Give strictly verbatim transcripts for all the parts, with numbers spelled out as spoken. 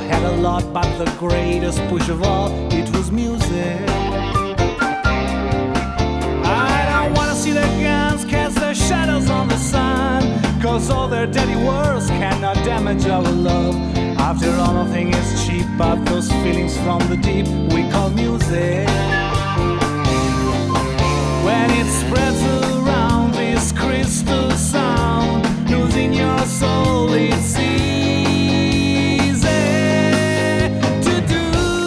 I had a lot, but the greatest push of all, it was music. I don't wanna see the guns cast their shadows on the sun, cause all their dirty words cannot damage our love. After all, nothing is cheap but those feelings from the deep we call music. When it spreads around this crystal sound, losing your soul, it's easy to do.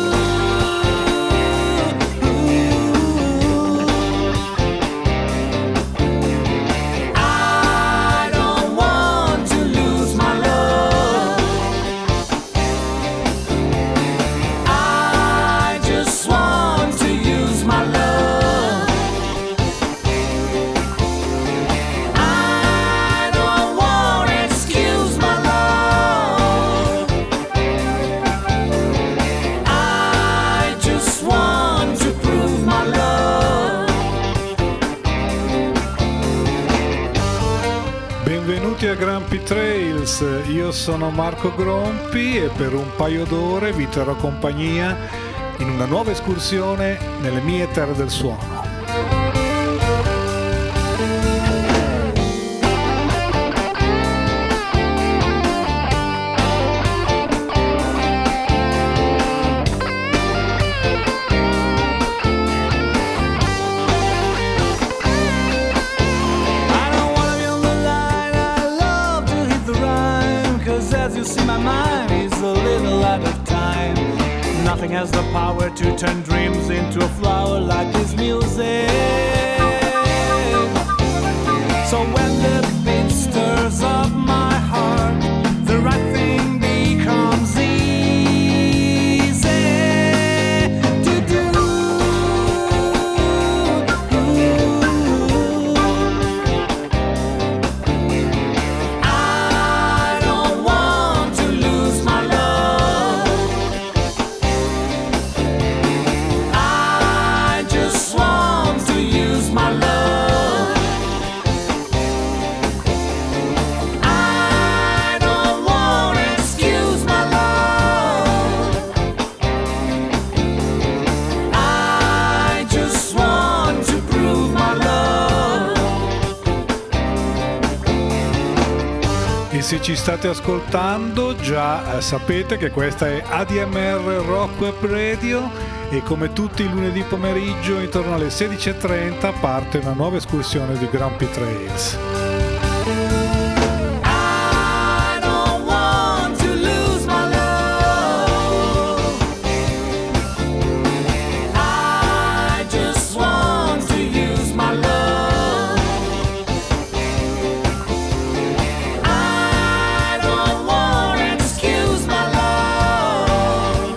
I don't want to lose my love. I just want to use my love. Benvenuti a Grumpy Trails, io sono Marco Grompi e per un paio d'ore vi terrò compagnia in una nuova escursione nelle mie terre del suono. Nothing has the power to turn dreams into a flower like this music. So when the beat stirs up my heart, the right thing becomes easy to do. I don't want to lose my love. I just want to use my love. I don't want to excuse my love. I just want to prove my love. E se ci state ascoltando già eh, sapete che questa è A D M R Rock Web Radio e come tutti i lunedì pomeriggio intorno alle sedici e trenta parte una nuova escursione di Grumpy Trails. I don't want to lose my love. I just want to use my love. I don't want to excuse my love.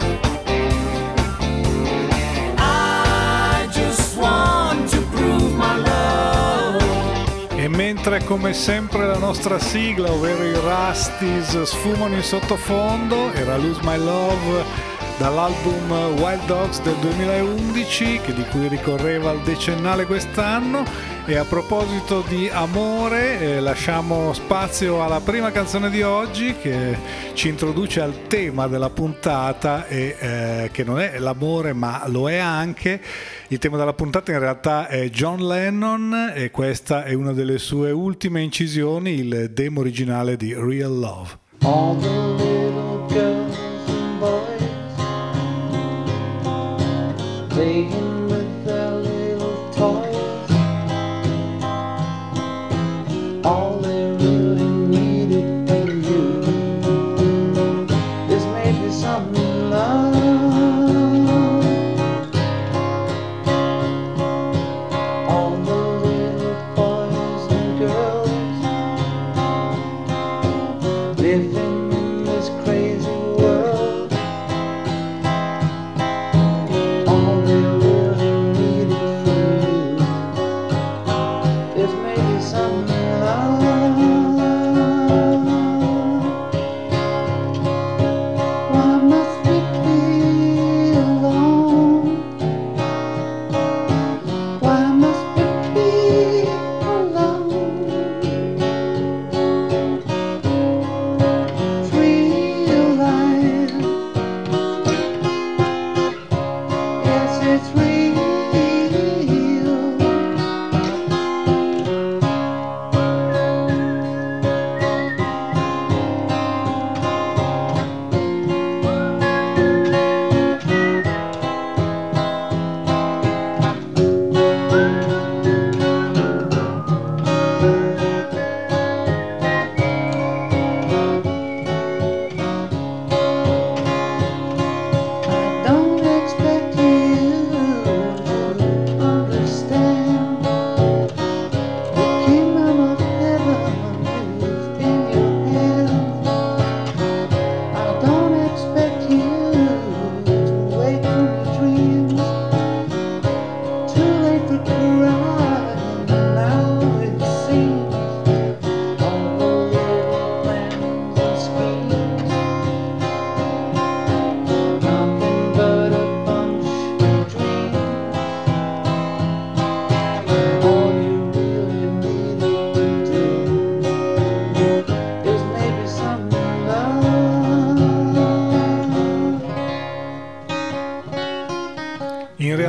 I just want to prove my love. E mentre come sempre la nostra sigla, ovvero i Rusties, sfumano in sottofondo, era Lose My Love dall'album Wild Dogs del duemilaundici, che di cui ricorreva il decennale quest'anno. E a proposito di amore, eh, lasciamo spazio alla prima canzone di oggi che ci introduce al tema della puntata e eh, che non è l'amore ma lo è anche. Il tema della puntata in realtà è John Lennon e questa è una delle sue ultime incisioni, il demo originale di Real Love. All the little girls and boys playing with their little toys. All they really needed from you is maybe some love. All the little boys and girls living in this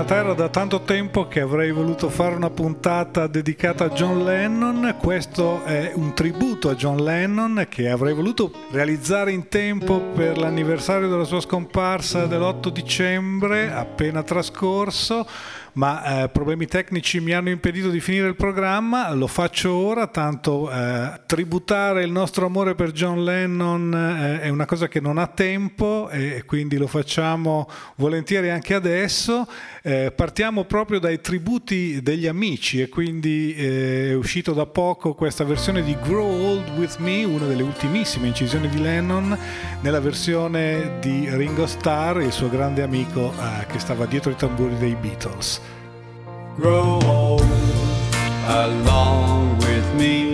realtà era da tanto tempo che avrei voluto fare una puntata dedicata a John Lennon. Questo è un tributo a John Lennon che avrei voluto realizzare in tempo per l'anniversario della sua scomparsa dell'otto dicembre appena trascorso, ma eh, problemi tecnici mi hanno impedito di finire il programma. Lo faccio ora, tanto eh, tributare il nostro amore per John Lennon eh, è una cosa che non ha tempo e quindi lo facciamo volentieri anche adesso. Eh, partiamo proprio dai tributi degli amici e quindi eh, è uscito da poco questa versione di Grow Old With Me, una delle ultimissime incisioni di Lennon, nella versione di Ringo Starr, il suo grande amico eh, che stava dietro i tamburi dei Beatles. Grow old along with me.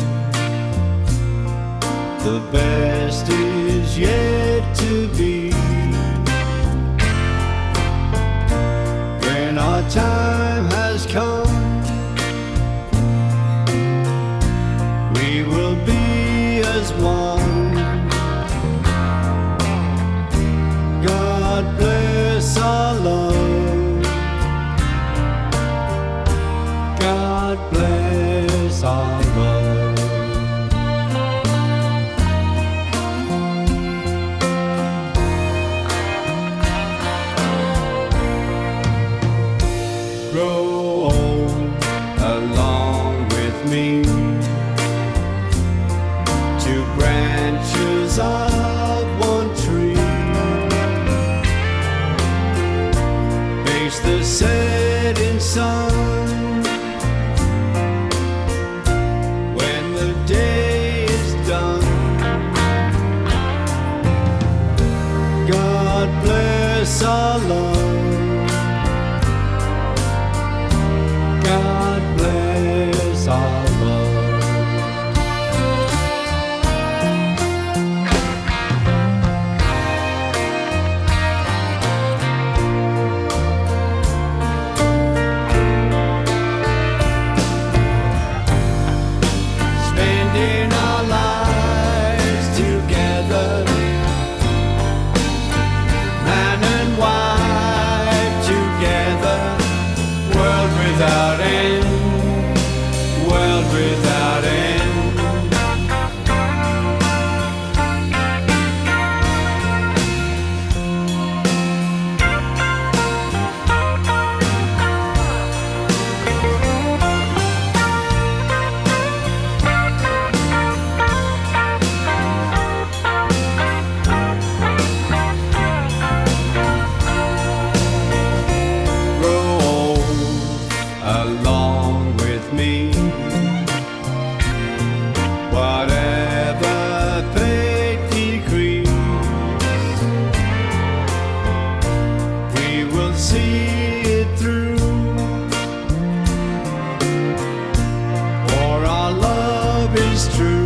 The best is yet to be. When our time has come, we will be as one. God bless our love. God bless our love. Grow old along with me. Two branches of one tree face the setting sun. Our love. God bless our love. Spending our lives together, without end, world without end. Along with me, whatever fate decrees, we will see it through, for our love is true.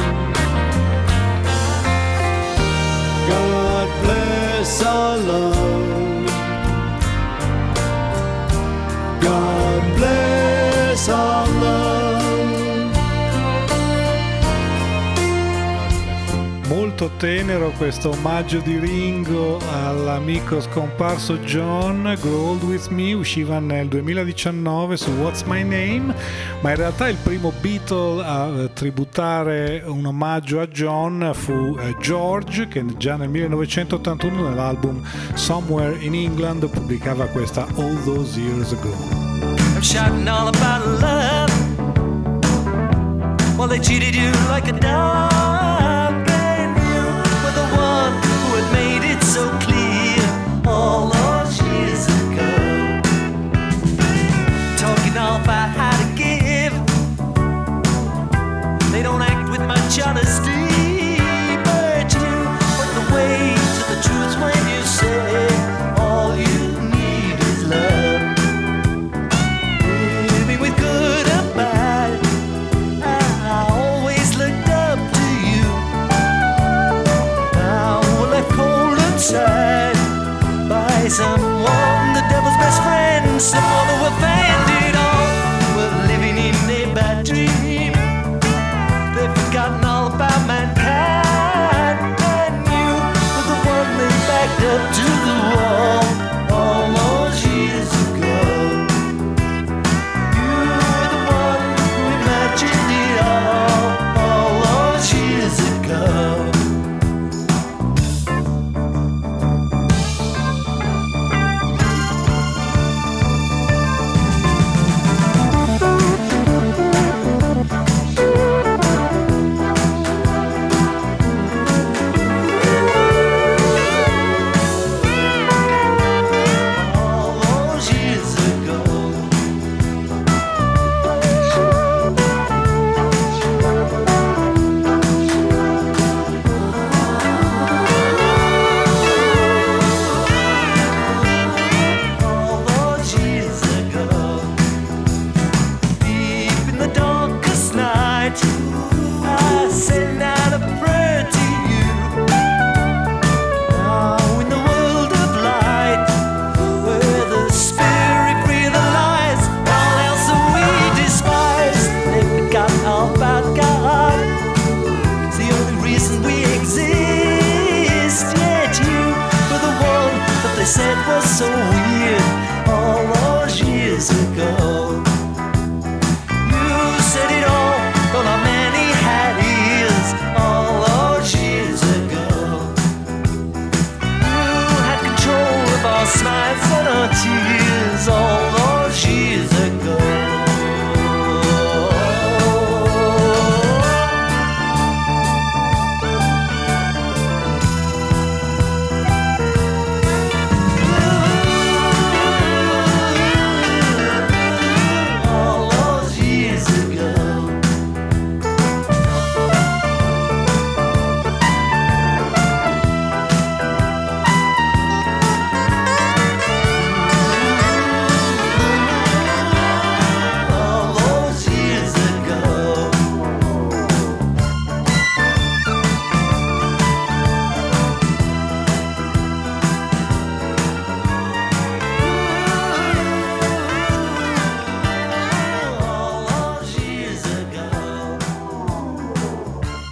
God bless our love. God bless our love. Molto tenero questo omaggio di Ringo all'amico scomparso John. Grow Old With Me usciva nel duemiladiciannove su What's My Name, ma in realtà il primo Beatle a tributare un omaggio a John fu George, che già nel millenovecentottantuno nell'album Somewhere in England pubblicava questa All Those Years Ago. I'm shouting all about love. Well, they cheated you like a dog, and you were the one who had made it so clear all those years ago. Talking all about how to give, they don't act with much honesty, but you went the way to the truth when you say all you need is love. With good or bad, I always looked up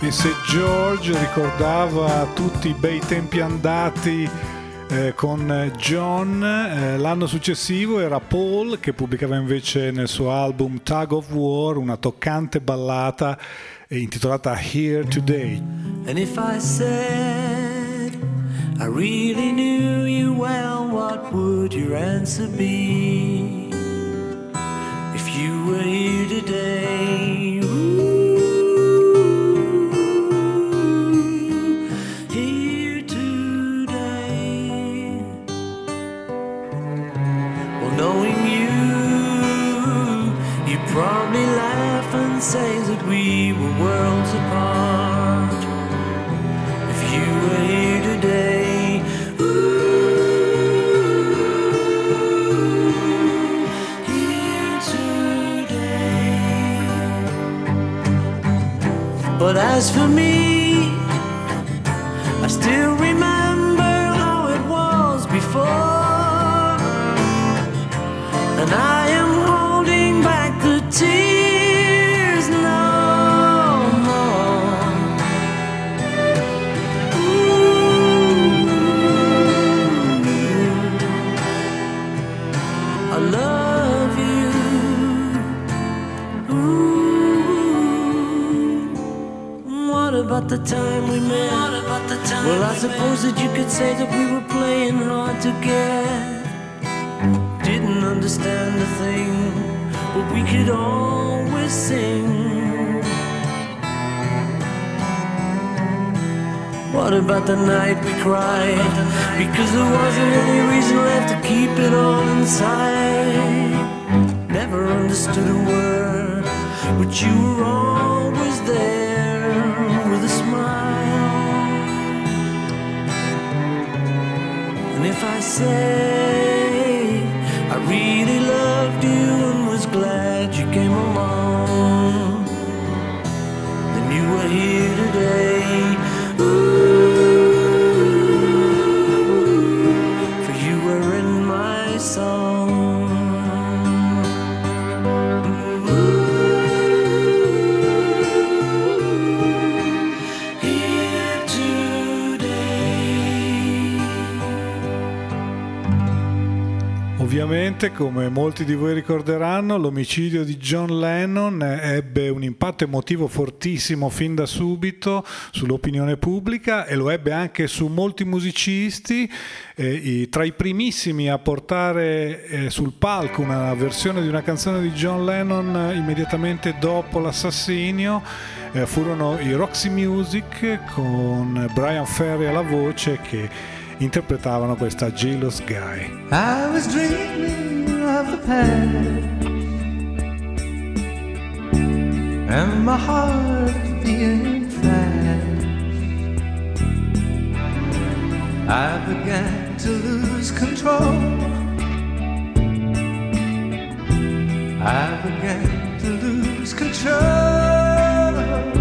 Mister George ricordava tutti i bei tempi andati eh, con John. Eh, l'anno successivo era Paul che pubblicava invece nel suo album Tug of War una toccante ballata eh, intitolata Here Today. And if I said I really knew you well, what would your answer be? If you were here today, ooh, here today. Well, knowing you, you'd probably laugh and say that we were worlds apart. If you were here today, but as for me, I still remember how it was before, and I am holding back the tears no more. Ooh, I love you. Ooh. What about the time we met? What about the time well, I suppose met? That you could say that we were playing hard to get. Didn't understand a thing, but we could always sing. What about the night we cried? Night because there wasn't any reason left to keep it all inside. Never understood a word, but you were always there with a smile. And if I say I really loved you and was glad you came along, then you were here today. Ooh, for you were in my song. Ovviamente, come molti di voi ricorderanno, l'omicidio di John Lennon ebbe un impatto emotivo fortissimo fin da subito sull'opinione pubblica e lo ebbe anche su molti musicisti. Eh, tra i primissimi a portare eh, sul palco una versione di una canzone di John Lennon eh, immediatamente dopo l'assassinio eh, furono i Roxy Music con Brian Ferry alla voce che interpretavano questa Jealous Guy. I was dreaming of the past and my heart being fast. I began to lose control. I began to lose control.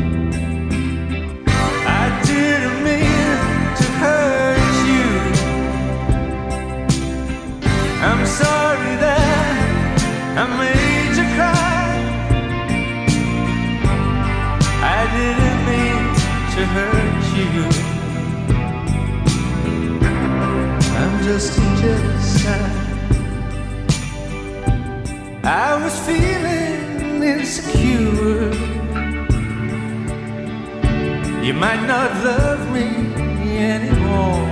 I didn't mean to hurt. I'm sorry that I made you cry. I didn't mean to hurt you. I'm just a jealous guy. I was feeling insecure. You might not love me anymore.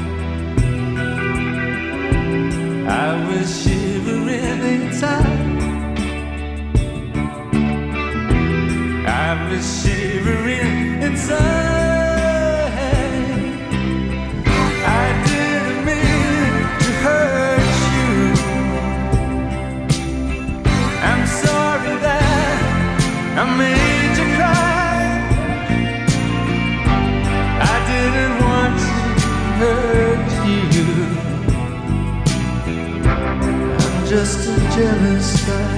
I was shivering inside. I was shivering inside. I didn't mean to hurt you. I'm sorry that I made you cry. I didn't want to hurt you. Just a jealous guy.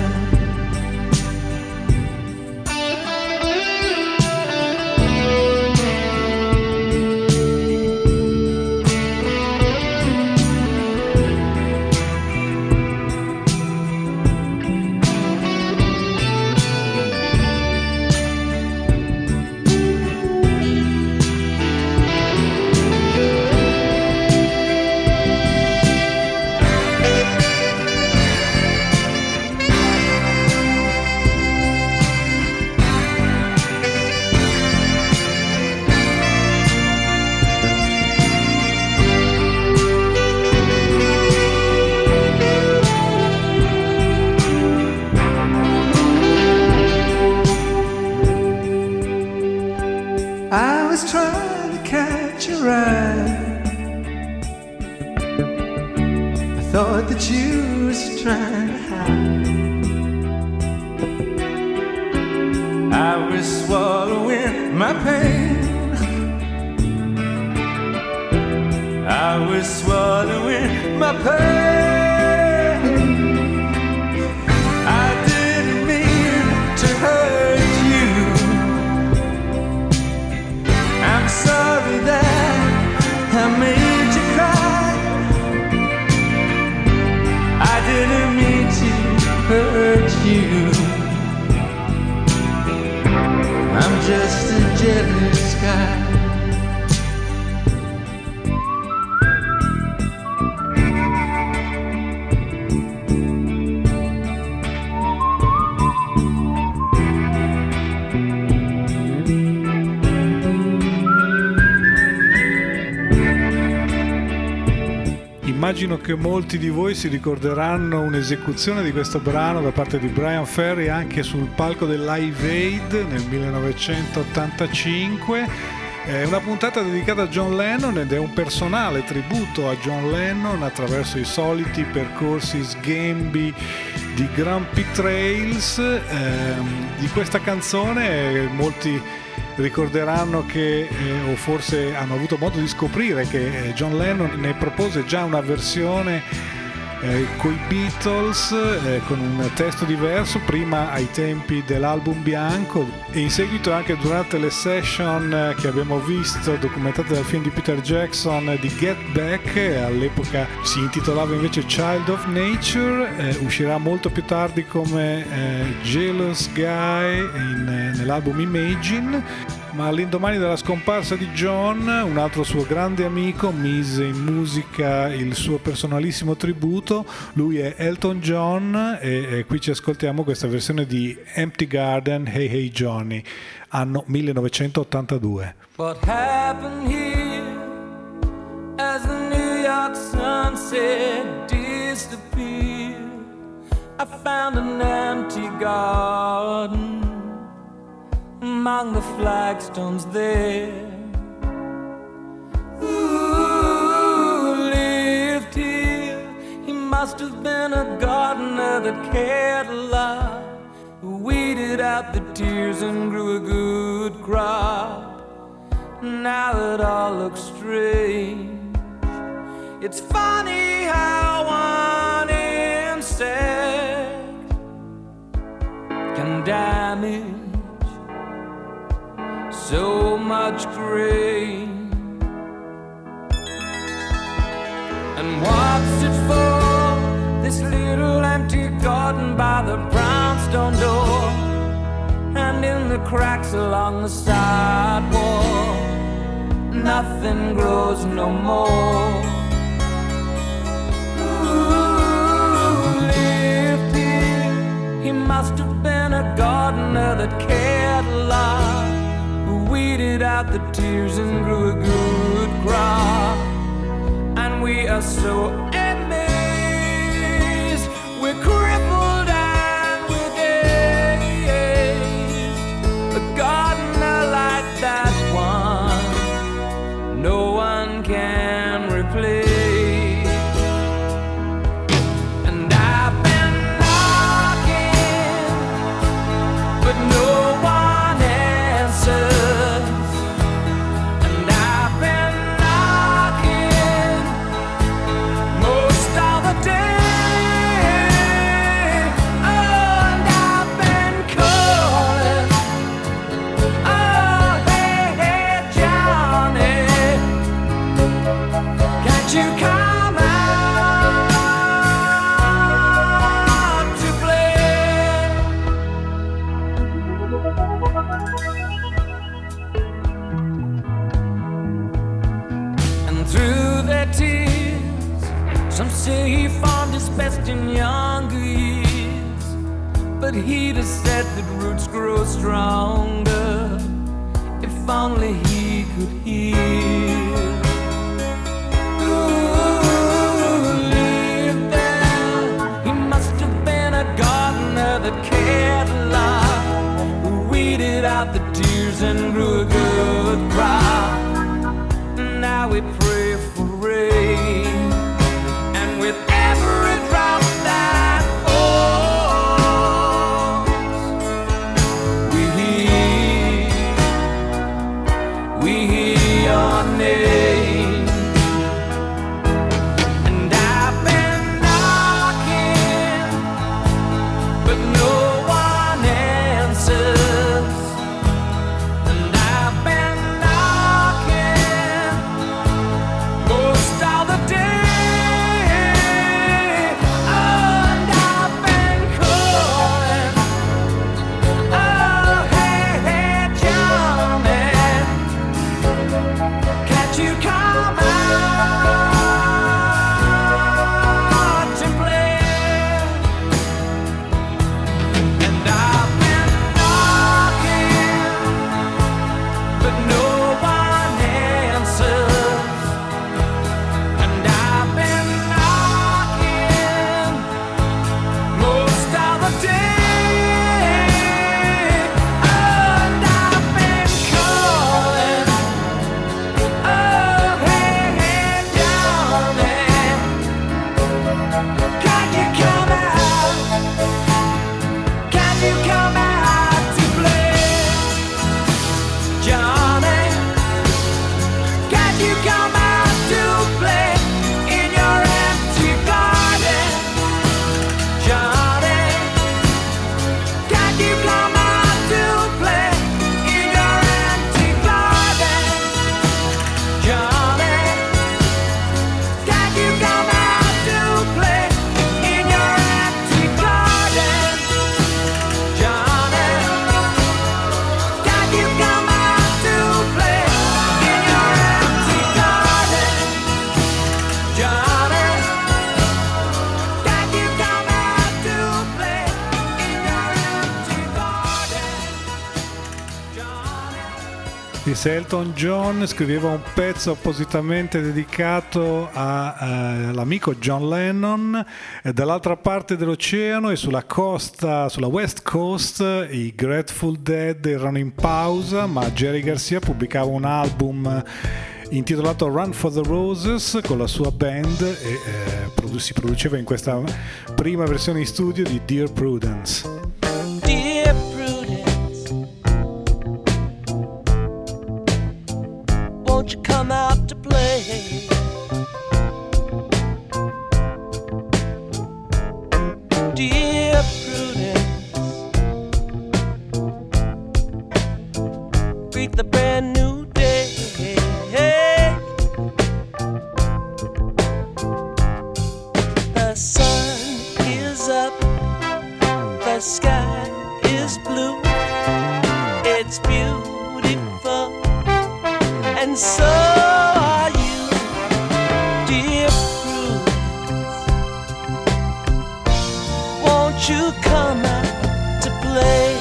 what you was trying to hide. I was swallowing my pain. I was swallowing my pain. I didn't mean to hurt you. I'm sorry that I made you cry. I didn't mean to hurt you. I'm just a jealous guy. Immagino che molti di voi si ricorderanno un'esecuzione di questo brano da parte di Bryan Ferry anche sul palco del Live Aid nel millenovecentottantacinque. È una puntata dedicata a John Lennon ed è un personale tributo a John Lennon attraverso i soliti percorsi sghembi di Grumpy Trails. Eh, di questa canzone molti ricorderanno che, eh, o forse hanno avuto modo di scoprire che eh, John Lennon ne propose già una versione eh, coi Beatles eh, con un testo diverso, prima ai tempi dell'album bianco e in seguito anche durante le session eh, che abbiamo visto documentate dal film di Peter Jackson di Get Back. All'epoca si intitolava invece Child of Nature, eh, uscirà molto più tardi come eh, Jealous Guy in, eh, nell'album Imagine. Ma all'indomani della scomparsa di John, un altro suo grande amico mise in musica il suo personalissimo tributo. Lui è Elton John e, e qui ci ascoltiamo questa versione di Empty Garden, Hey Hey Johnny, anno millenovecentottantadue. What happened here as the New York sunset disappeared? I found an empty garden among the flagstones there. Who lived here? He must have been a gardener that cared a lot, who weeded out the tears and grew a good crop. Now it all looks strange. It's funny how one insect can damage so much grain. And what's it for, this little empty garden by the brownstone door, and in the cracks along the sidewalk, nothing grows no more. Who lived here? He must have been a gardener that cared a lot, weeded out the tears and grew a good crop. And we are so amazed, we're crippled and we're dazed. A gardener like that one, no one can replace. And I've been knocking, but no one answers. He found his best in younger years, but he'd have said that roots grow stronger if only he could hear. Who lived there? He must have been a gardener that cared a lot, who weeded out the tears and grew a good crop. Now we pray for rain, with every drop Disse Elton John, scriveva un pezzo appositamente dedicato a, uh, all'amico John Lennon. E dall'altra parte dell'oceano e sulla costa, sulla West Coast, i Grateful Dead erano in pausa, ma Jerry Garcia pubblicava un album intitolato Run for the Roses con la sua band e eh, produ- si produceva in questa prima versione in studio di Dear Prudence. Dear Prudence, won't you come out to play? Dear Prudence, greet the brand new day. The sun is up, the sky is blue, it's beautiful, and so are you, dear Prudence. Won't you come out to play?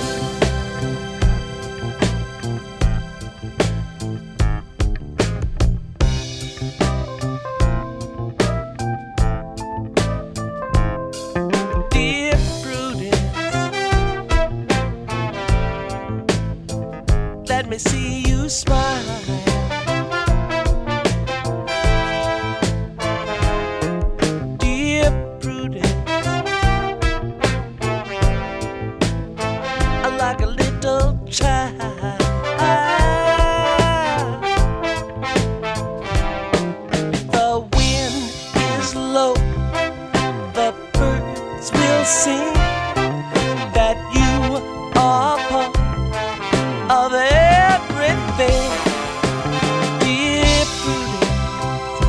Dear Prudence, let me see you smile. Dear Prudence, I like a little child. The wind is low, the birds will sing that you are part of everything. Dear Prudence,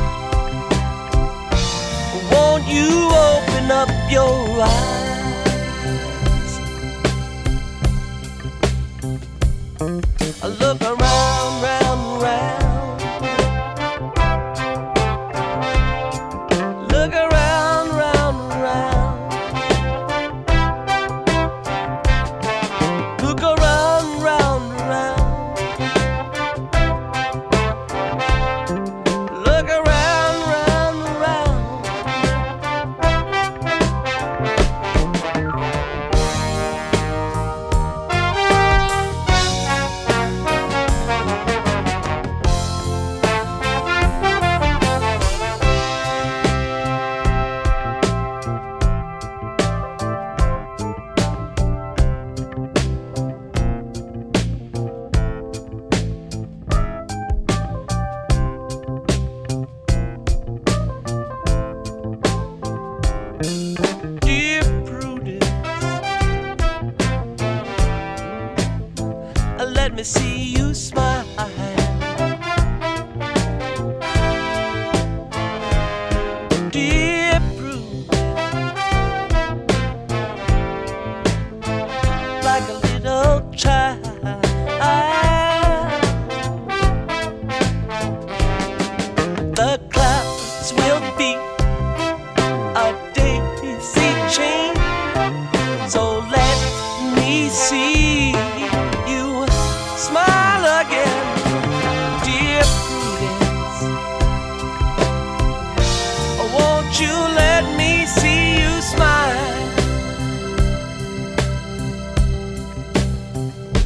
won't you open up your eyes? I look around, round, round. Look around, round, round. Look around, round, round. Look around, round, round. Dear Prudence, let me see you smile. Dear Prudence, like a little child. The clouds will be a daisy chain, so let me see you smile again, dear Prudence. Won't you let me see you smile?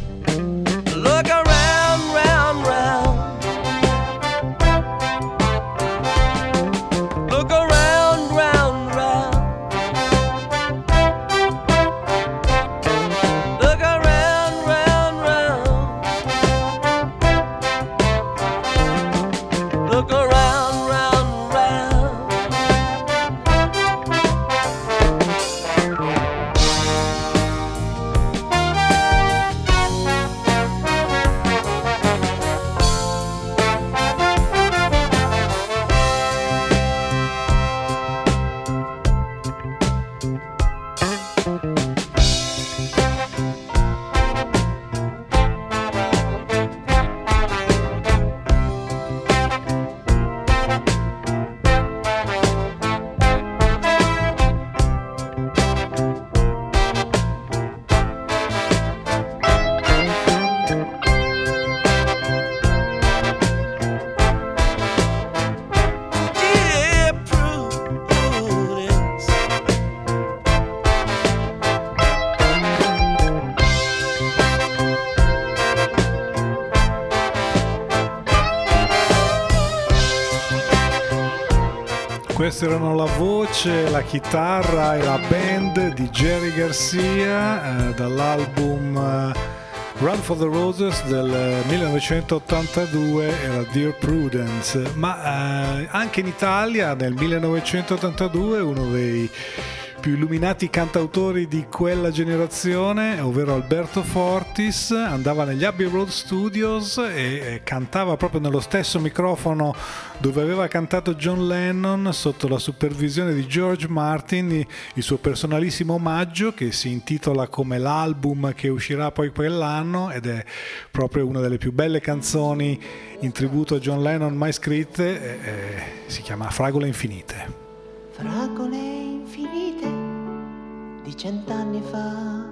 queste erano la voce, la chitarra e la band di Jerry Garcia eh, dall'album eh, Run for the Roses del millenovecentottantadue, era Dear Prudence. Ma eh, anche in Italia nel millenovecentottantadue uno dei più illuminati cantautori di quella generazione, ovvero Alberto Fortis, andava negli Abbey Road Studios e cantava proprio nello stesso microfono dove aveva cantato John Lennon, sotto la supervisione di George Martin, il suo personalissimo omaggio che si intitola come l'album che uscirà poi quell'anno, ed è proprio una delle più belle canzoni in tributo a John Lennon mai scritte. E, e, si chiama Fragole Infinite. Fragole infinite di cent'anni fa,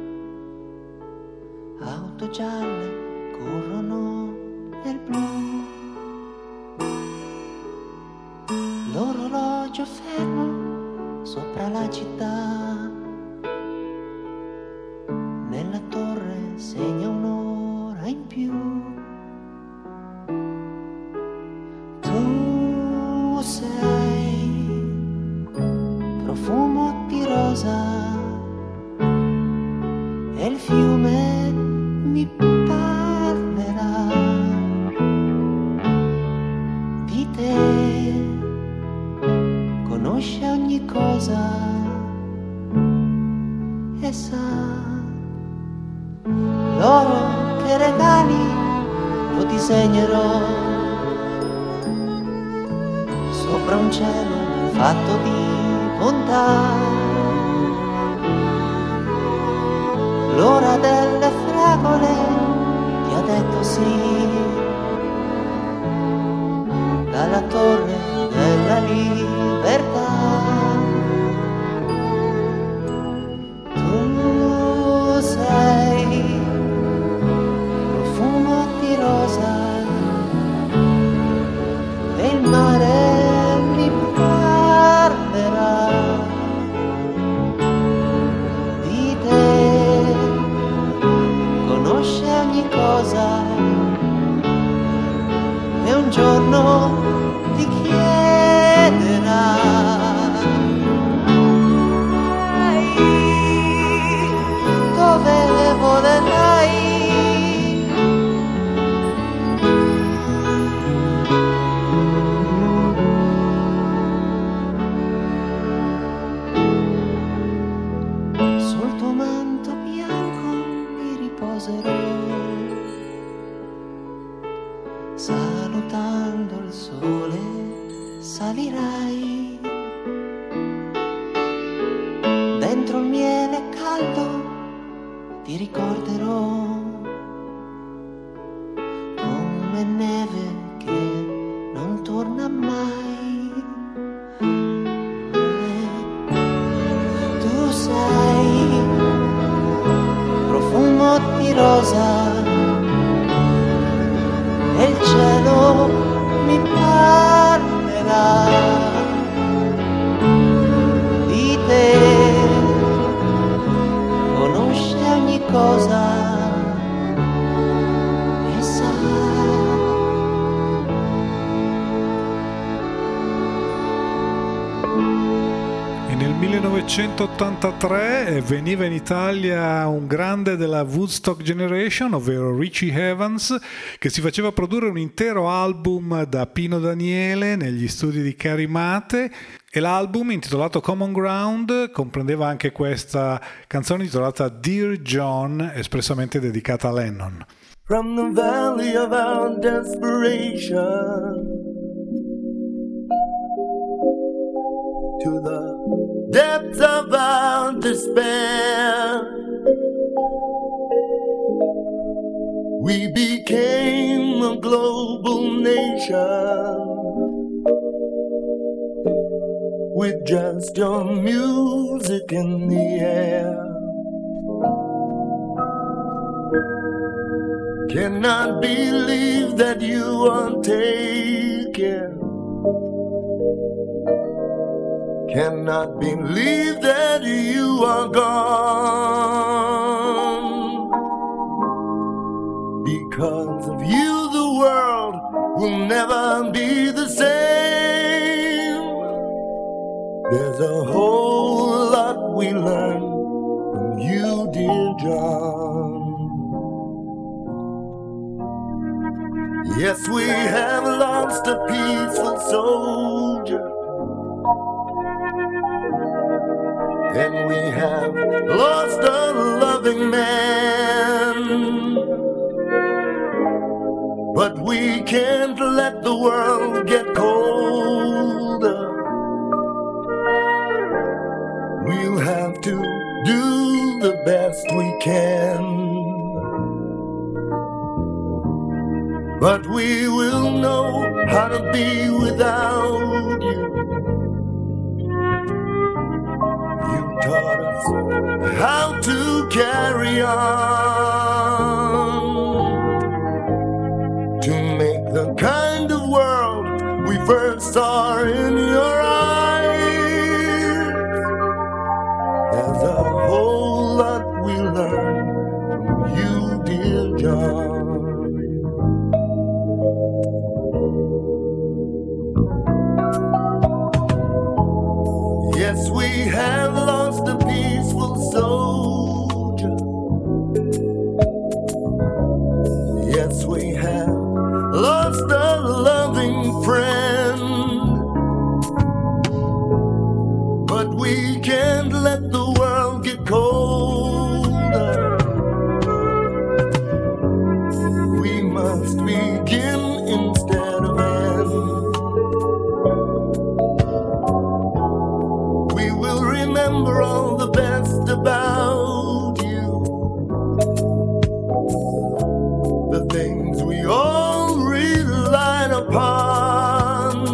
auto gialle corrono nel blu, l'orologio fermo sopra la città, nella torre segna un'ora in più. Tu sei profumo di rosa e il fiume mi parlerà di te, conosce ogni cosa e sa l'oro che regali lo disegnerò sopra un cielo fatto di bontà. L'ora delle fragole ti ha detto sì, dalla torre della libertà. Tu sei profumo di rosa e il mare mi parlerà di te, conosce ogni cosa e un giorno ti chiederà dove volerai. Sul tuo manto bianco mi riposerò, salutando il sole salirai, dentro il miele caldo ti ricorderò come neve che non torna mai. Tu sei profumo di rosa e il cielo mi parlerà di te, conosce ogni cosa e sa. E nel millenovecentottantatré veniva in Italia un grande della Woodstock Generation, ovvero Richie Havens, che si faceva produrre un intero album da Pino Daniele negli studi di Carimate, e l'album, intitolato Common Ground, comprendeva anche questa canzone intitolata Dear John, espressamente dedicata a Lennon. From the valley of our desperation to the depths of our despair, we became a global nation with just your music in the air. Cannot believe that you are taken. Cannot believe that you are gone. Because of you the world will never be the same. There's a whole lot we learn from you, dear John. Yes, we have lost a peaceful soldier, and we have lost a loving man. But we can't let the world get colder. We'll have to do the best we can. But we will know how to be without you. You taught us how to carry on, to make the kind of world we first saw in your eyes. There's a whole lot we learn from you, dear John. Yes, we have lost a peaceful soldier. Yes, we have lost a loving friend. But we can't let the world get colder. We must begin instead of end. Remember all the best about you, the things we all relied upon,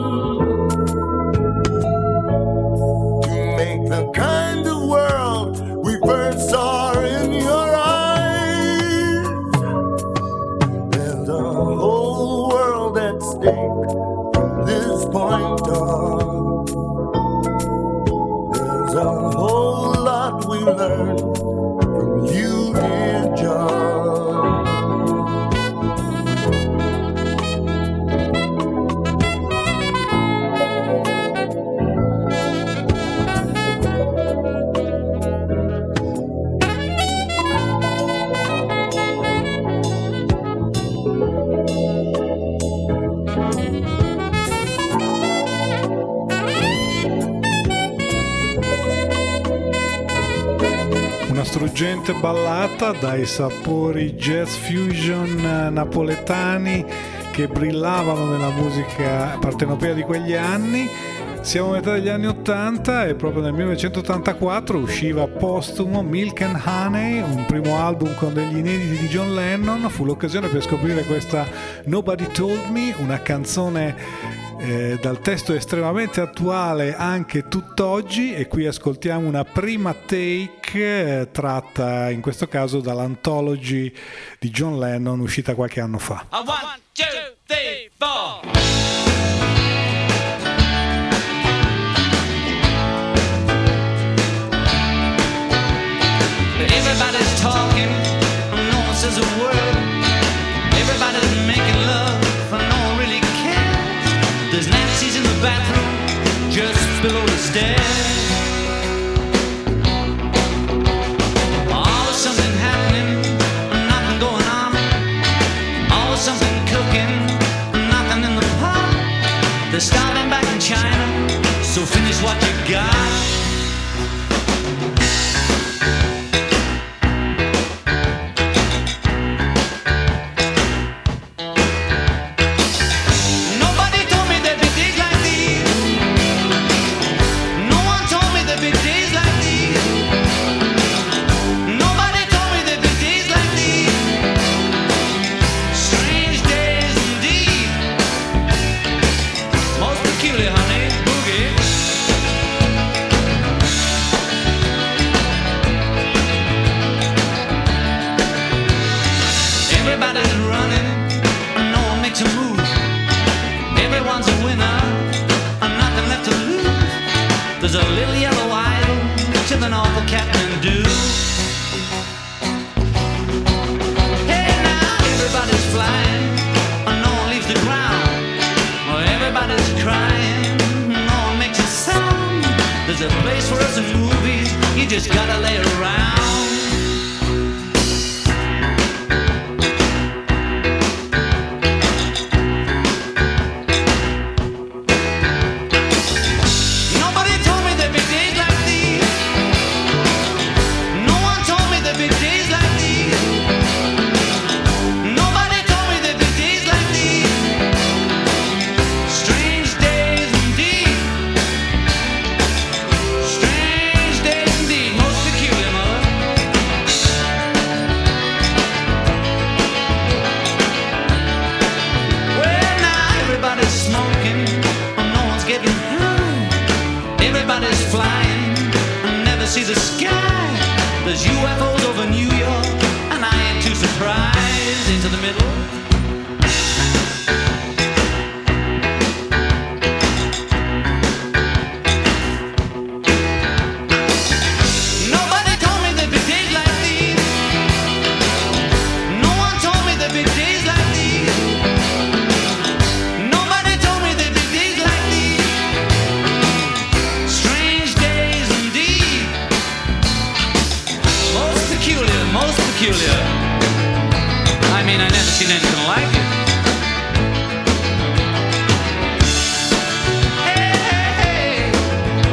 to make the kind of world we first saw in your eyes. There's a whole world at stake from this point on. There's a whole lot we learn from you, dear John. Una struggente ballata dai sapori jazz fusion napoletani che brillavano nella musica partenopea di quegli anni. Siamo a metà degli anni ottanta e proprio nel millenovecentottantaquattro usciva postumo Milk and Honey, un primo album con degli inediti di John Lennon. Fu l'occasione per scoprire questa Nobody Told Me, una canzone Eh, dal testo estremamente attuale anche tutt'oggi, e qui ascoltiamo una prima take eh, tratta in questo caso dall'anthology di John Lennon uscita qualche anno fa. A one, two, three, four. Everybody's talking, no one says a word. Everybody's making love, no one really cares. There's Nancy's in the bathroom, just below the stairs. Always something happening, nothing going on. Always something cooking, nothing in the pot. They're starving back in China, so finish what you got. There's a little yellow idol to the awful Captain Do. Hey now, everybody's flying, no one leaves the ground. Everybody's crying, no one makes a sound. There's There's a place for us in movies, you just gotta lay around. See the sky, there's U F Os over New York, and I ain't too surprised. Into the middle, nobody told me there'd be days like these. No one told me there'd be days like these. Nobody told me there'd be days like these. Strange days indeed. Most peculiar, most peculiar. I mean, I never seen anything like it. Hey, hey, hey.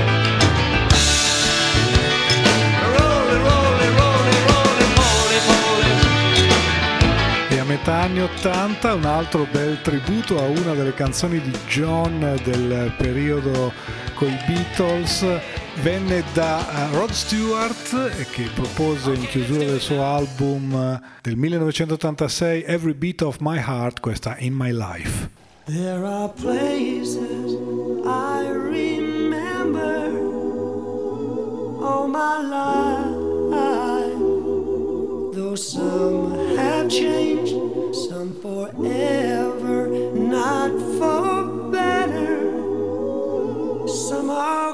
Roll it, roll it, roll it, roll it, roll it, roll it. E a metà anni ottanta un altro bel tributo a una delle canzoni di John del periodo coi Beatles venne da Rod Stewart, che propose in chiusura del suo album del millenovecentottantasei Every Beat of My Heart questa In My Life. There are places I remember all my life, though some have changed, some forever, not for better. Some are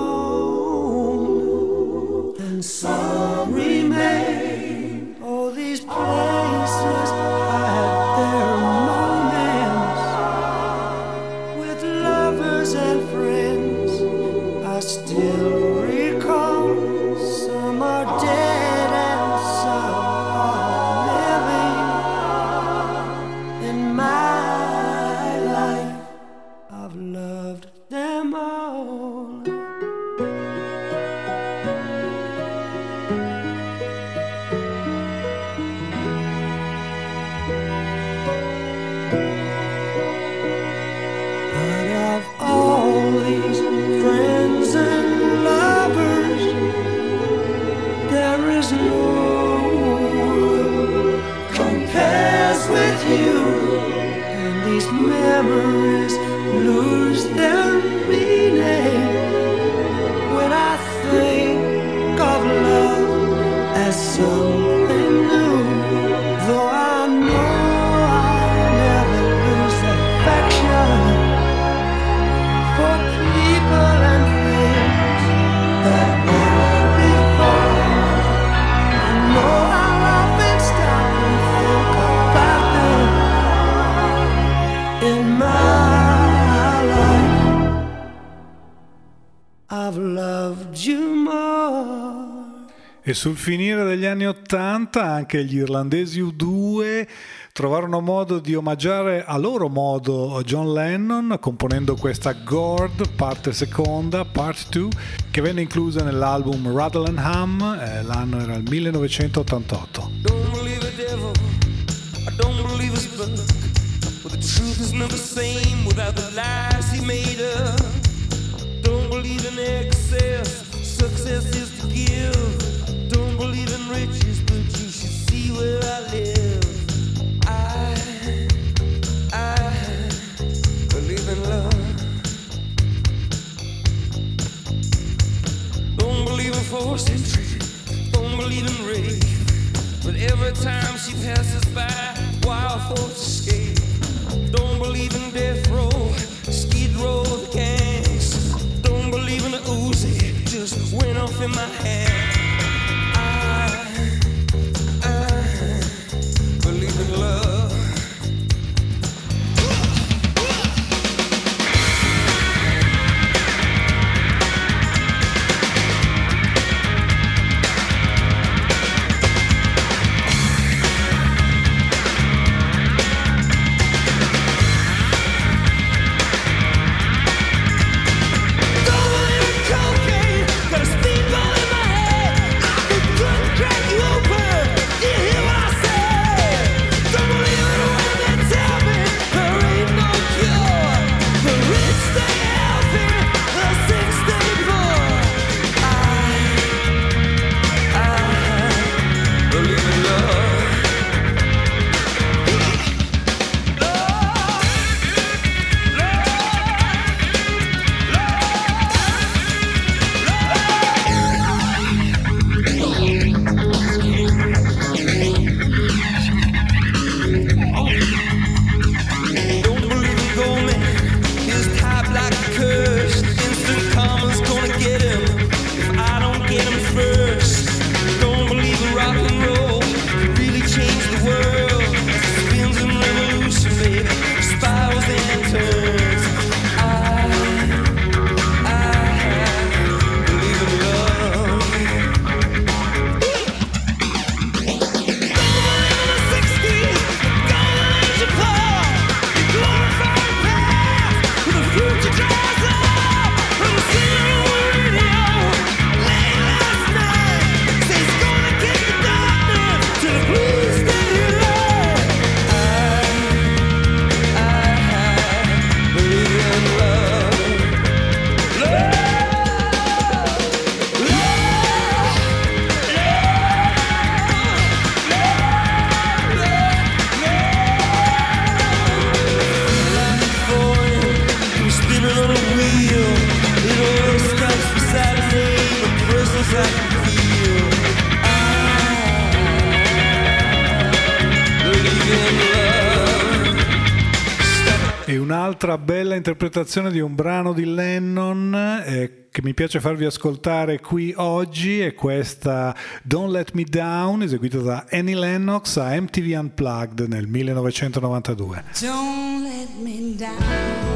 gone, and some remain. Oh, these places had their moments with lovers and friends. I still recall. Some are dead and some are living. In my life, I've loved them all. But of all these friends and lovers, there is no one compares with you, and these memories lose their meaning when I think of love as something new. Though I know I'll never lose affection for people and things that were before. I know I'll often stop and think about them in my life. I've loved you more. E sul finire degli anni ottanta anche gli irlandesi U due trovarono modo di omaggiare a loro modo John Lennon componendo questa Gord parte seconda, part due, che venne inclusa nell'album Rattle and Hum, eh, l'anno era il millenovecentottantotto. Don't believe a devil, I don't believe his book, but the truth is never the same without the lies he made up. Don't believe in excess, success is to give. Don't believe in riches, but you should see where I live. I, I believe in love. Don't believe in forced entry, don't believe in rape, but every time she passes by, wild thoughts escape. Don't believe in death row, skid row of gangs. Don't believe in the Uzi, just went off in my hand. un'altra bella interpretazione di un brano di Lennon eh, che mi piace farvi ascoltare qui oggi è questa Don't Let Me Down, eseguita da Annie Lennox a M T V Unplugged nel millenovecentonovantadue. Don't let me down.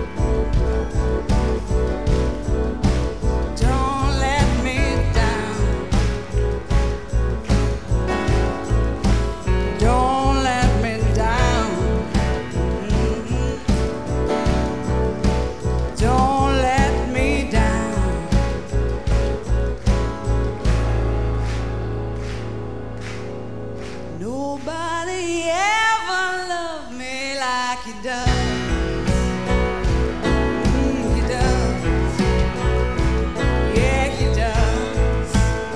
Nobody ever loved me like you does. Mm, he does. Yeah, he does.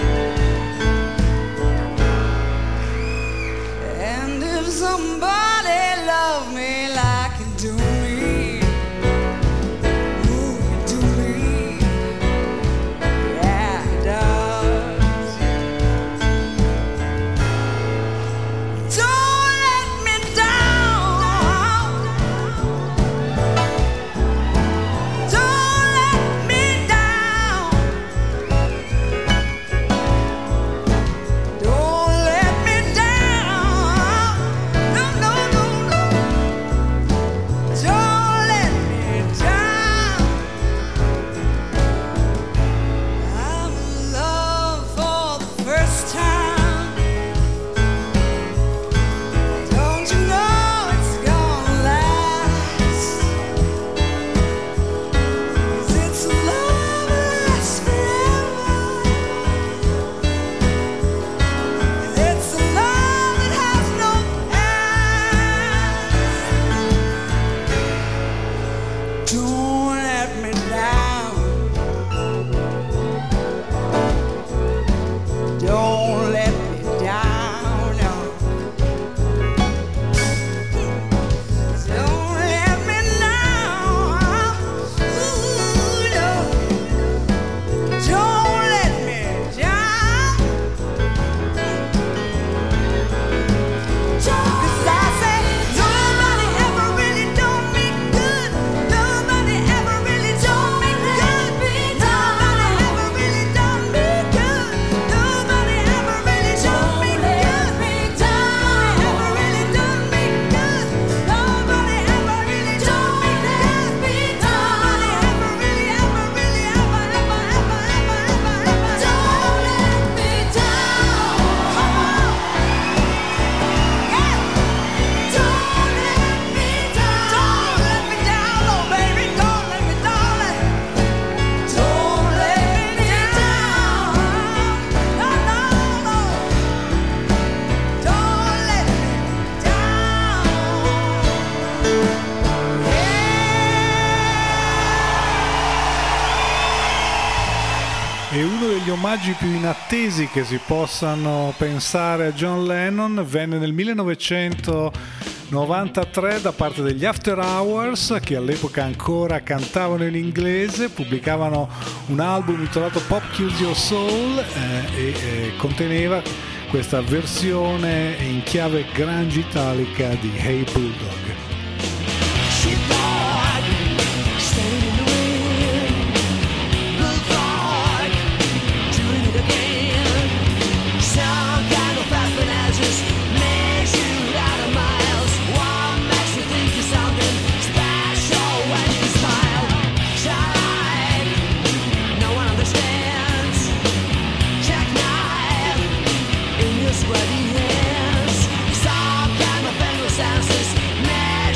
And if somebody loved me like you do me, ooh, you do me. Yeah, he does. Omaggi più inattesi che si possano pensare a John Lennon venne nel millenovecentonovantatré da parte degli After Hours, che all'epoca ancora cantavano in inglese, pubblicavano un album intitolato Pop Kills Your Soul eh, e eh, conteneva questa versione in chiave grunge italica di Hey Bulldog. Sweaty hands, some kind of senses, man.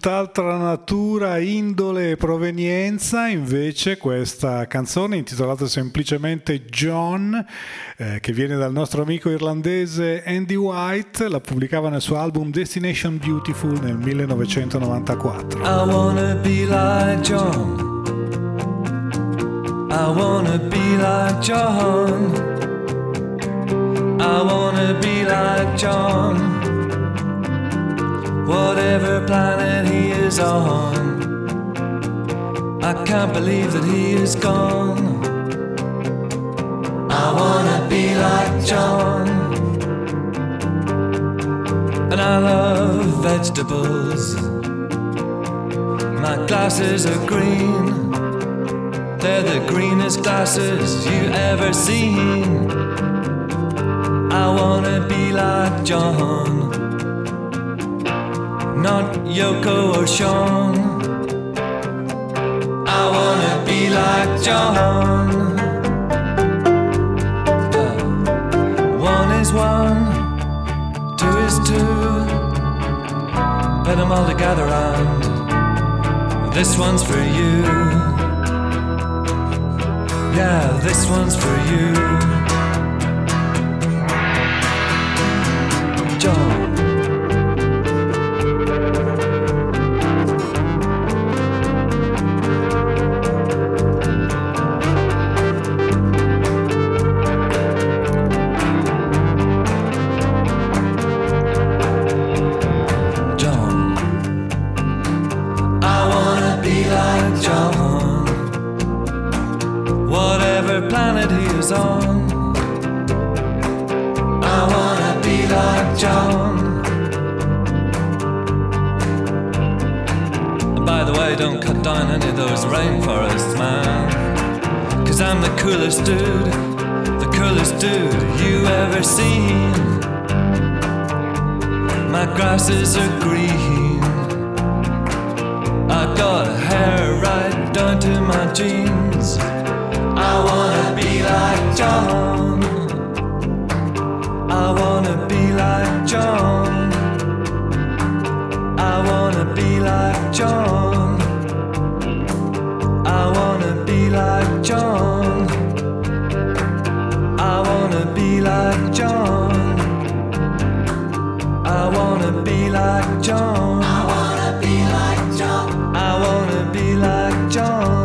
tutt'altra natura, indole e provenienza, invece questa canzone intitolata semplicemente John, eh, che viene dal nostro amico irlandese Andy White, la pubblicava nel suo album Destination Beautiful nel millenovecentonovantaquattro. I wanna be like John, I wanna be like John, I wanna be like John, whatever planet he is on. I can't believe that he is gone. I wanna be like John, and I love vegetables. My glasses are green, they're the greenest glasses you ever seen. I wanna be like John, not Yoko or Sean. I wanna be like John. Uh, one is one, two is two. Put them all together and this one's for you. Yeah, this one's for you. John. Planet he is on. I wanna be like John. And by the way, don't cut down any of those rainforests, man, 'cause I'm the coolest dude, the coolest dude you ever seen. My grasses are green, I got hair right down to my jeans. I wanna be like John, I wanna be like John, I wanna be like John, I wanna be like John, I wanna be like John, I wanna be like John, I wanna be like John, I wanna be like John.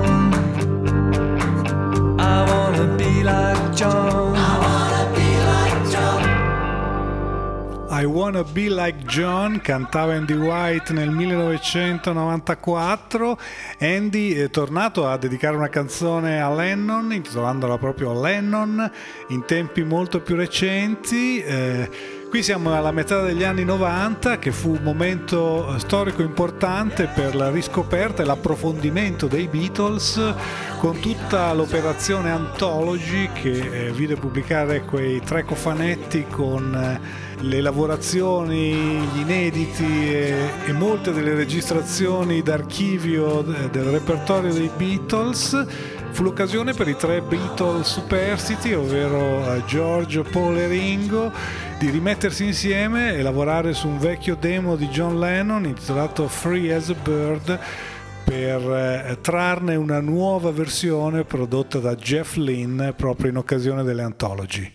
I wanna be like John. I wanna be like John. I Wanna Be Like John, cantava Andy White nel millenovecentonovantaquattro. Andy è tornato a dedicare una canzone a Lennon, intitolandola proprio Lennon, in tempi molto più recenti. Eh, Qui siamo alla metà degli anni novanta, che fu un momento storico importante per la riscoperta e l'approfondimento dei Beatles, con tutta l'operazione Anthology che eh, vide pubblicare quei tre cofanetti con eh, le lavorazioni, gli inediti e, e molte delle registrazioni d'archivio de, del repertorio dei Beatles. Fu l'occasione per i tre Beatles superstiti, ovvero eh, George, Paul e Ringo, di rimettersi insieme e lavorare su un vecchio demo di John Lennon intitolato Free as a Bird, per eh, trarne una nuova versione prodotta da Jeff Lynne proprio in occasione delle Anthology.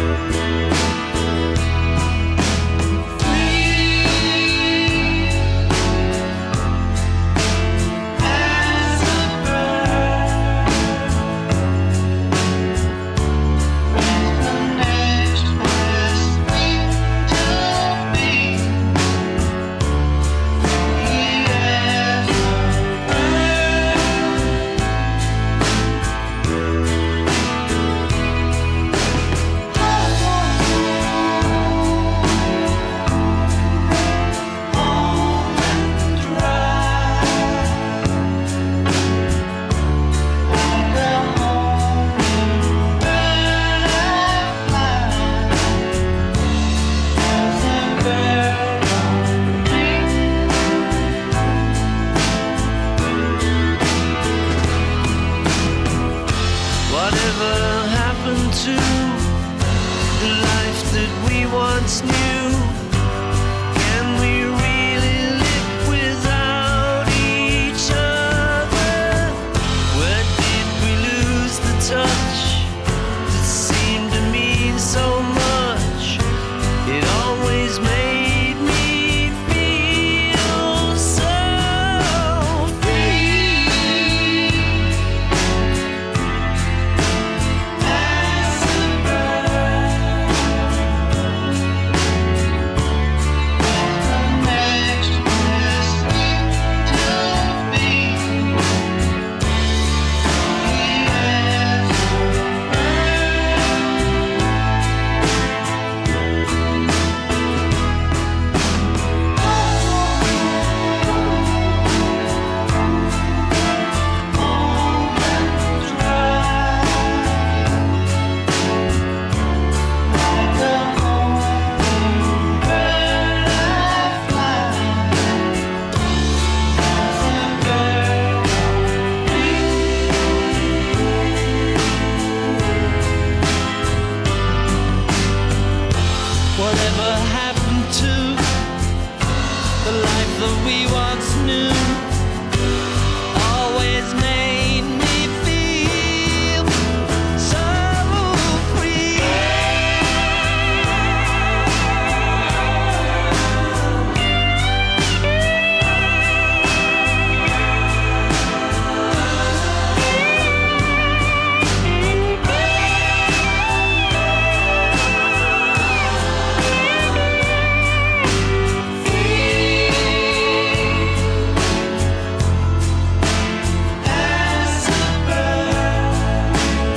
Free to the life that we once knew? Can we really live without each other? Where did we lose the touch that seemed to mean so much? It always made me feel so free. As a bird, the next best thing to be. Whatever happened to the life that we once knew? Always made me feel so free. As a bird,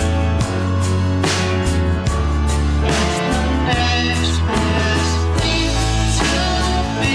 that's the next best thing to be.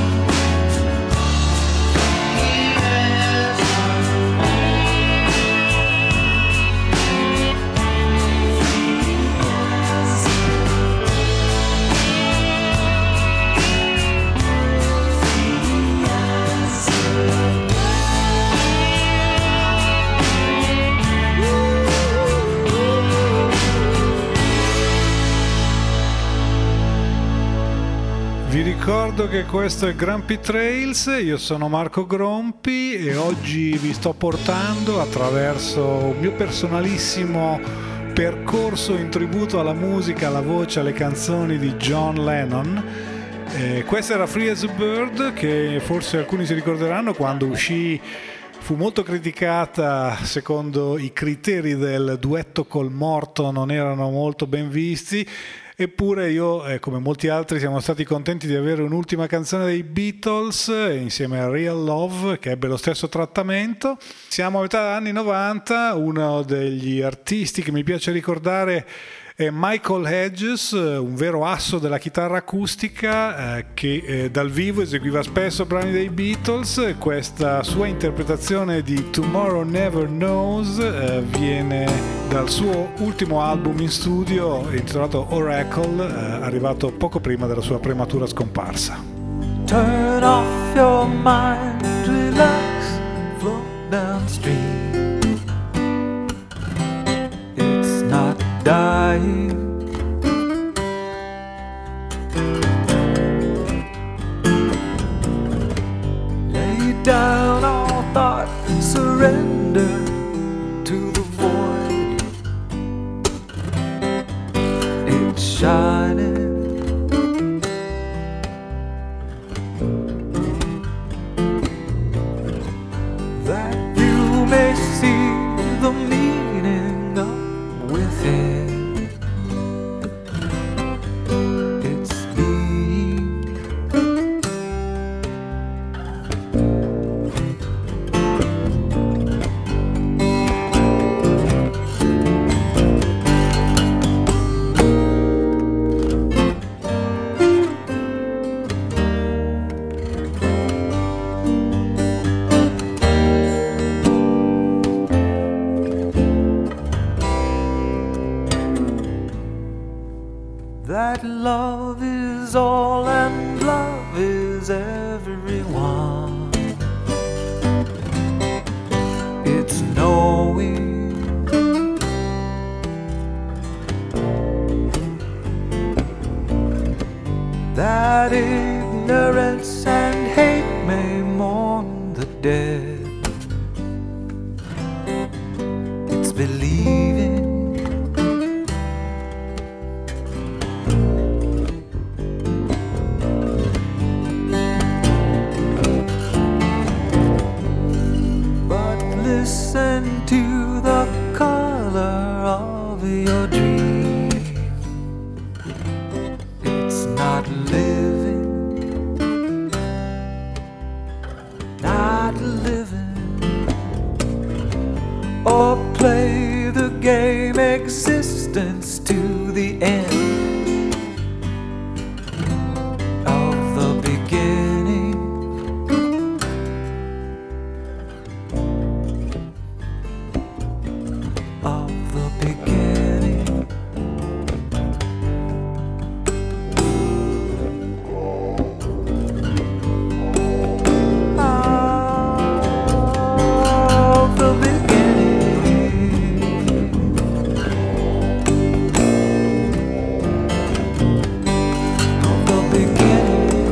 Vi ricordo che questo è Grumpy Trails, io sono Marco Grompi e oggi vi sto portando attraverso un mio personalissimo percorso in tributo alla musica, alla voce, alle canzoni di John Lennon. Eh, questa era Free as a Bird, che forse alcuni si ricorderanno quando uscì fu molto criticata secondo i criteri del duetto col morto, non erano molto ben visti. Eppure io, eh, come molti altri, siamo stati contenti di avere un'ultima canzone dei Beatles eh, insieme a Real Love, che ebbe lo stesso trattamento. Siamo a metà anni novanta, uno degli artisti che mi piace ricordare è Michael Hedges, un vero asso della chitarra acustica eh, che eh, dal vivo eseguiva spesso brani dei Beatles. Questa sua interpretazione di Tomorrow Never Knows eh, viene dal suo ultimo album in studio intitolato Oracle, eh, arrivato poco prima della sua prematura scomparsa. Turn off your mind, relax, float downstream. It's not dying. Lay down all thought, surrender to the void. It's shining. That you may see the meaning of within. It's me. That love is all and love is everyone. It's knowing believing. But listen to the color of your dream. It's not living, not living, or play the game existence to the end of the beginning. Of the beginning. Of the beginning. Of the beginning.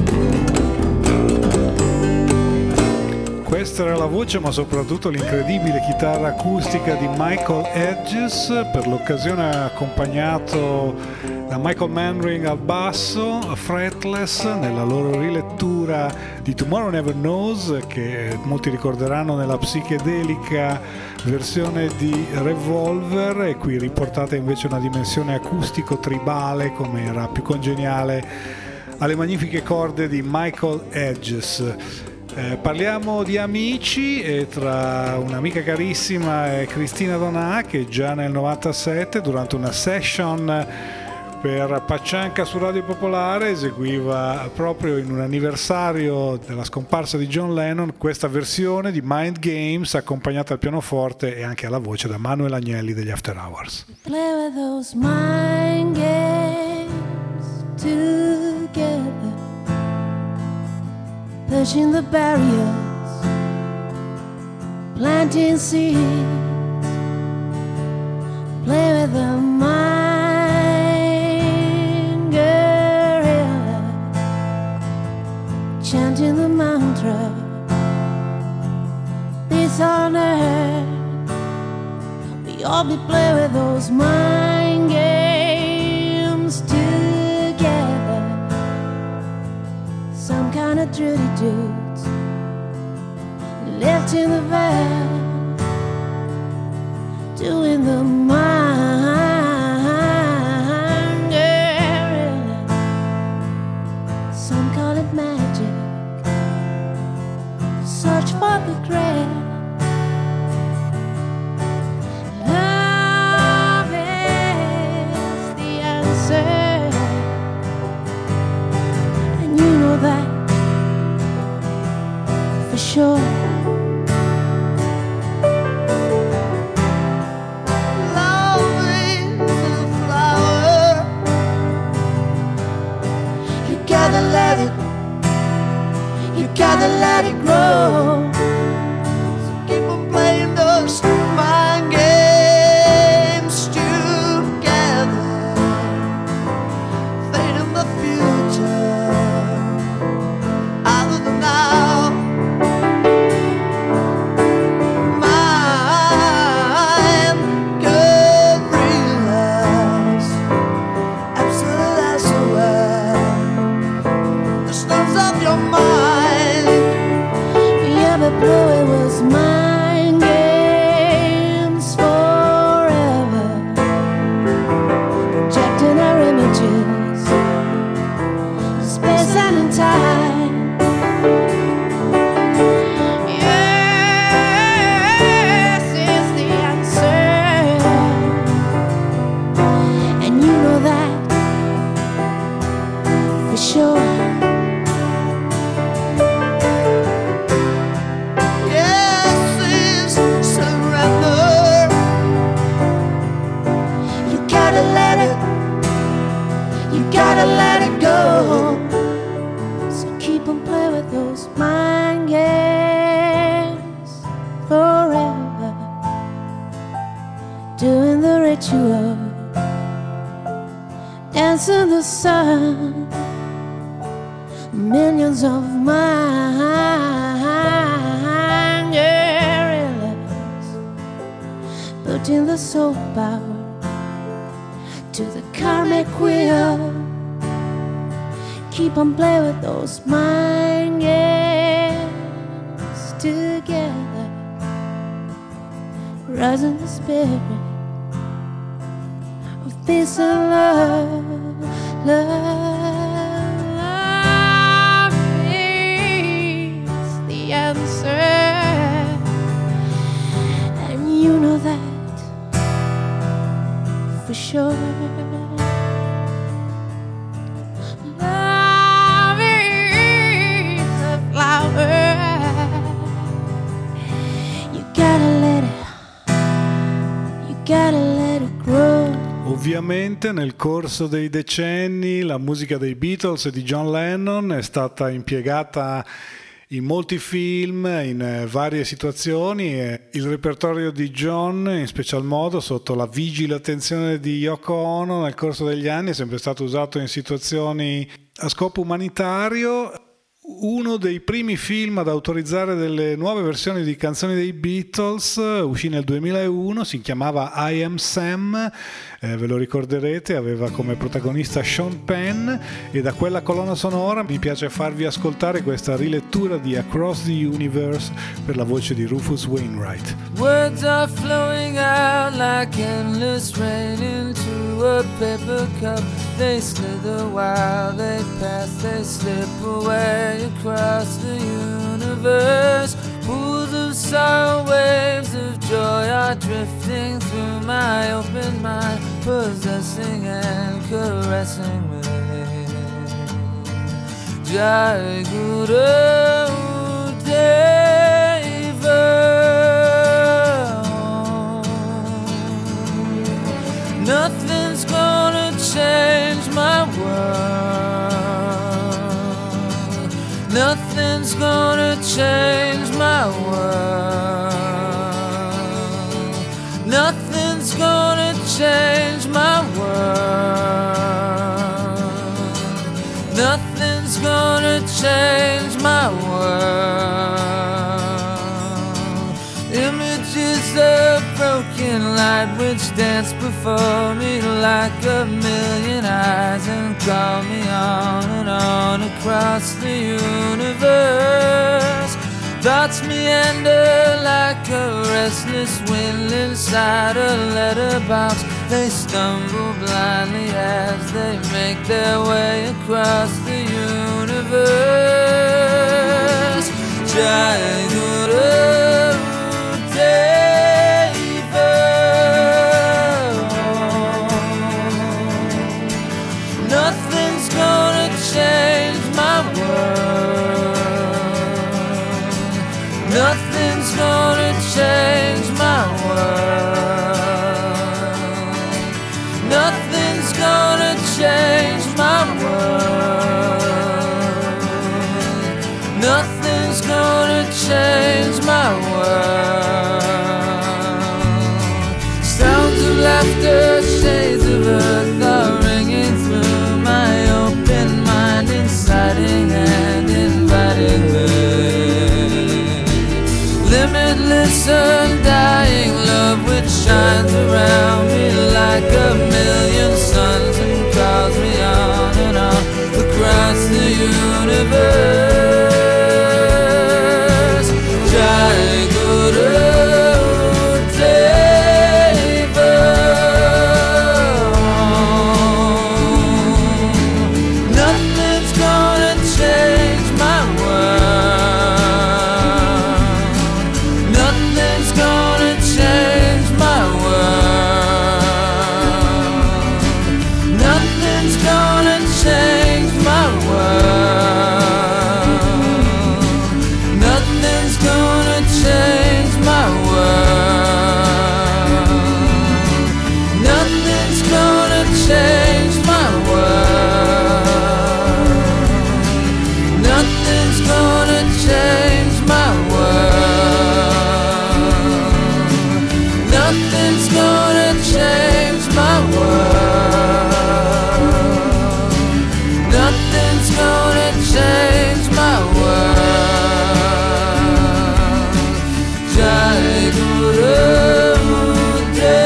Questa era la voce, ma soprattutto l'incredibile chitarra acustica di Michael Hedges, per l'occasione accompagnato da Michael Manring al basso, Fretless, nella loro rilettura di Tomorrow Never Knows, che molti ricorderanno nella psichedelica versione di Revolver, e qui riportata invece una dimensione acustico-tribale, come era più congeniale alle magnifiche corde di Michael Hedges. Eh, parliamo di amici, e tra un'amica carissima è Cristina Donà, che già nel novantasette, durante una session per Paccianca su Radio Popolare, eseguiva proprio in un anniversario della scomparsa di John Lennon questa versione di Mind Games, accompagnata al pianoforte e anche alla voce da Manuel Agnelli degli After Hours. Play with those mind games together, pushing the barriers, planting seeds. Play with the mind gorilla, chanting the mantra, peace on earth. We all be play with those mind games together. Some kind of dirty dudes left in the van, doing the mind gorilla. Some call it magic, search for the grail. Love is the answer, and you know that for sure. Let it, you gotta let it grow. So keep on playing those mind games together, fate in the future, other than now. Mind gorillas, absolute as well. Of your mind, yeah, but blue, it was mind games forever, projecting our images, space and in time. Yes, is the answer, and you know that for sure. Gotta let it go. So keep on playing with those mind games forever, doing the ritual, dancing the sun. Millions of mind gorillas putting the soul power to the karmic wheel. Keep on playing with those mind games together, rising the spirit of peace and love. Love is the answer, and you know that for sure. Love is a flower. You gotta let it, you gotta let it grow. Ovviamente nel corso dei decenni la musica dei Beatles e di John Lennon è stata impiegata in molti film, in varie situazioni, e il repertorio di John, in special modo sotto la vigile attenzione di Yoko Ono nel corso degli anni, è sempre stato usato in situazioni a scopo umanitario. Uno dei primi film ad autorizzare delle nuove versioni di canzoni dei Beatles uscì nel duemilauno, si chiamava I Am Sam, eh, ve lo ricorderete, aveva come protagonista Sean Penn, e da quella colonna sonora mi piace farvi ascoltare questa rilettura di Across the Universe per la voce di Rufus Wainwright. Words are flowing out like endless rain into a paper cup. They slither while they pass, they slip away across the universe. Pools of sorrow, waves of joy are drifting through my open mind, possessing and caressing me. Jai Guru Deva. Nothing's gonna change my world. Nothing's gonna change my world. Nothing's gonna change my world. Nothing's gonna change my world. Images of broken light which dance before me like a million eyes and call me on and on across the universe. Thoughts meander like a restless wind inside a letterbox. They stumble blindly as they make their way across the universe. Jai Guru Deva. Nothing's gonna change my world. Nothing's gonna change my world. Nothing's gonna change my world. Nothing's gonna change my world. Sounds of laughter, shades of earth are ringing through my open mind, inciting and inviting me. Limitless, undying love which shines around me like a million suns and calls me on and on across the universe. Jai Guru Deva. Nothing's gonna change my world. Nothing's gonna change my world. Nothing's gonna change my world. Nothing's gonna change my world. Nothing's gonna change my world. Nothing's gonna change my world. Nothing's gonna change my world. Nothing's gonna change my world. Jai Guru Deva.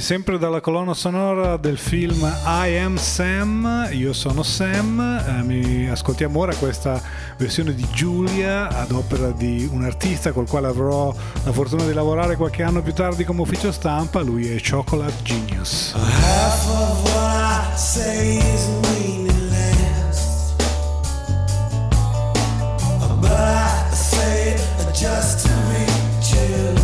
sempre dalla colonna sonora del film I Am Sam, io sono Sam. Eh, mi ascoltiamo ora questa versione di Giulia ad opera di un artista col quale avrò la fortuna di lavorare qualche anno più tardi come ufficio stampa. Lui è Chocolate Genius. Half of what I say is meaningless, but I say it just to reach you.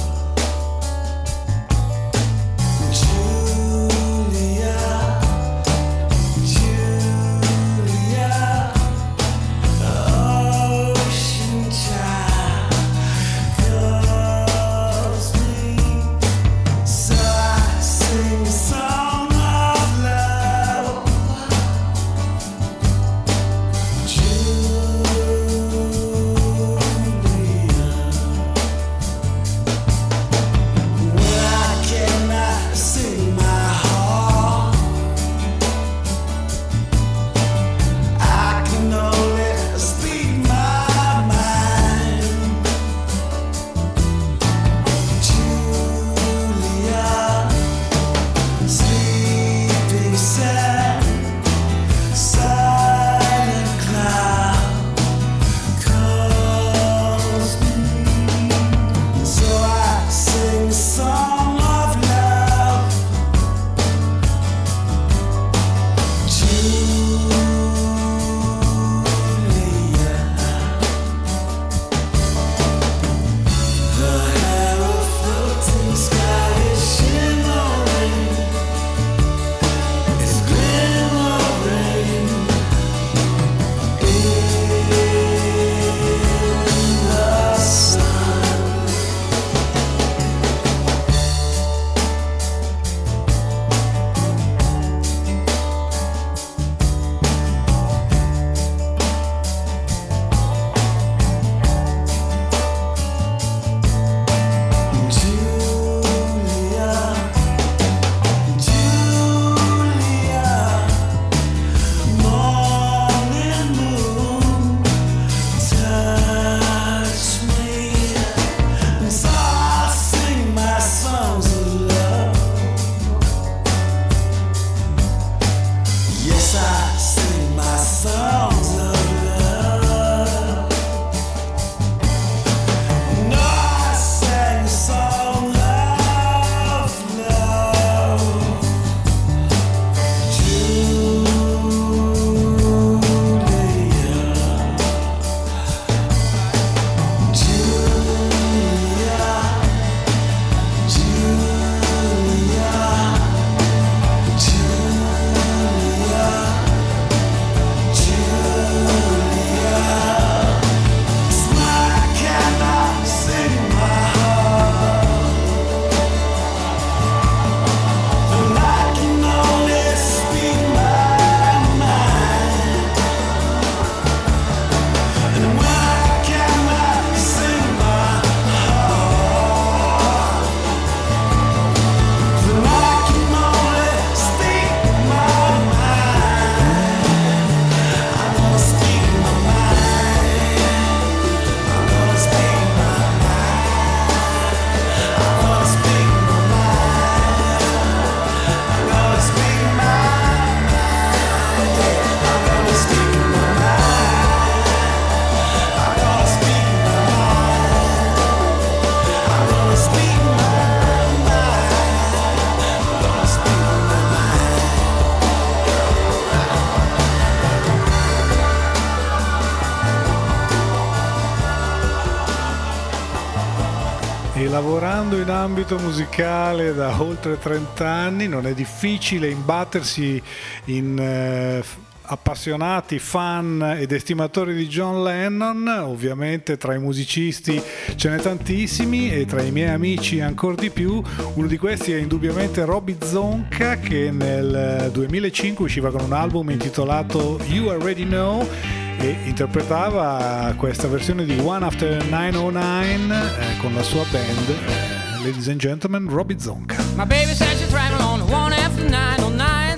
Lavorando in ambito musicale da oltre trenta anni non è difficile imbattersi in eh, appassionati, fan ed estimatori di John Lennon. Ovviamente tra i musicisti ce n'è tantissimi e tra i miei amici ancora di più. Uno di questi è indubbiamente Robbie Zonka, che nel duemilacinque usciva con un album intitolato You Already Know e interpretava questa versione di One After nine oh nine eh, con la sua band. eh, Ladies and gentlemen, Robbie Zonka. My baby said she's traveling on One After nine oh nine.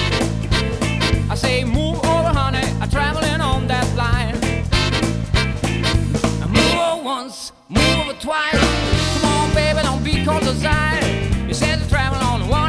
I say move over honey, I'm traveling on that line. I move over once, move over twice. Come on baby, don't be called desire. You said you're traveling on One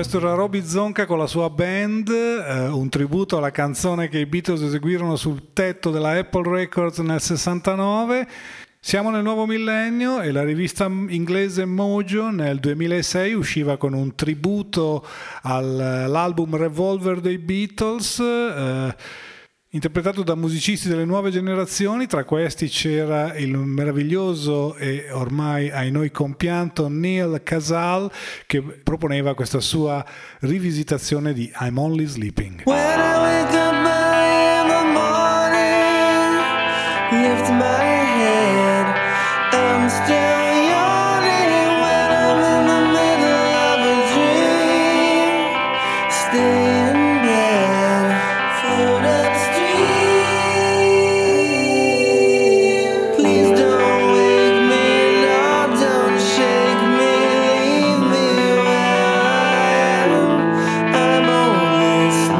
Questo era Roby Zonka con la sua band, eh, un tributo alla canzone che i Beatles eseguirono sul tetto della Apple Records nel sessantanove. Siamo nel nuovo millennio e la rivista inglese Mojo nel duemilasei usciva con un tributo all'album Revolver dei Beatles, eh, interpretato da musicisti delle nuove generazioni. Tra questi c'era il meraviglioso e ormai ai noi compianto Neil Casal, che proponeva questa sua rivisitazione di I'm Only Sleeping. When I wake up early in the morning, lift my head, I'm still yawning when I'm in the middle of a dream. Stay in bed, float upstream. Please don't wake me, no, don't shake me, leave me where I am. I'm only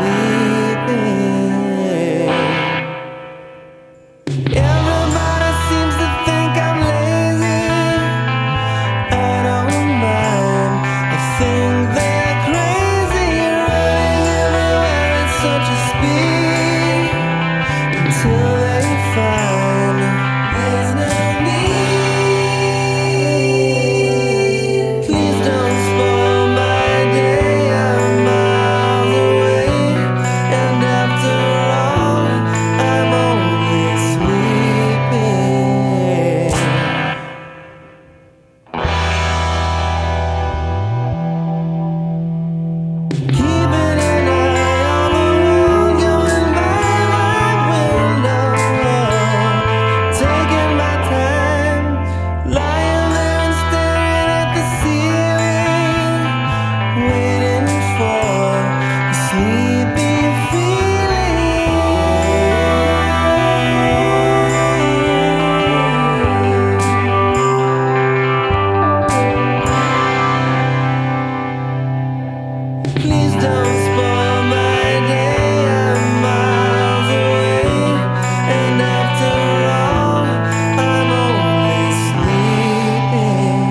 sleeping. Everybody seems to think I'm lazy. I don't mind. I think they're crazy, running everywhere at such a speed until they find there's no need. Please don't spoil my day. I'm miles away, and after all, I'm only sleeping. Keeping an eye on the road going by my window, taking my time, lying there and staring at the ceiling, waiting for a sleepy feeling. Please don't spoil my day. I'm miles away, and after all, I'm only sleeping.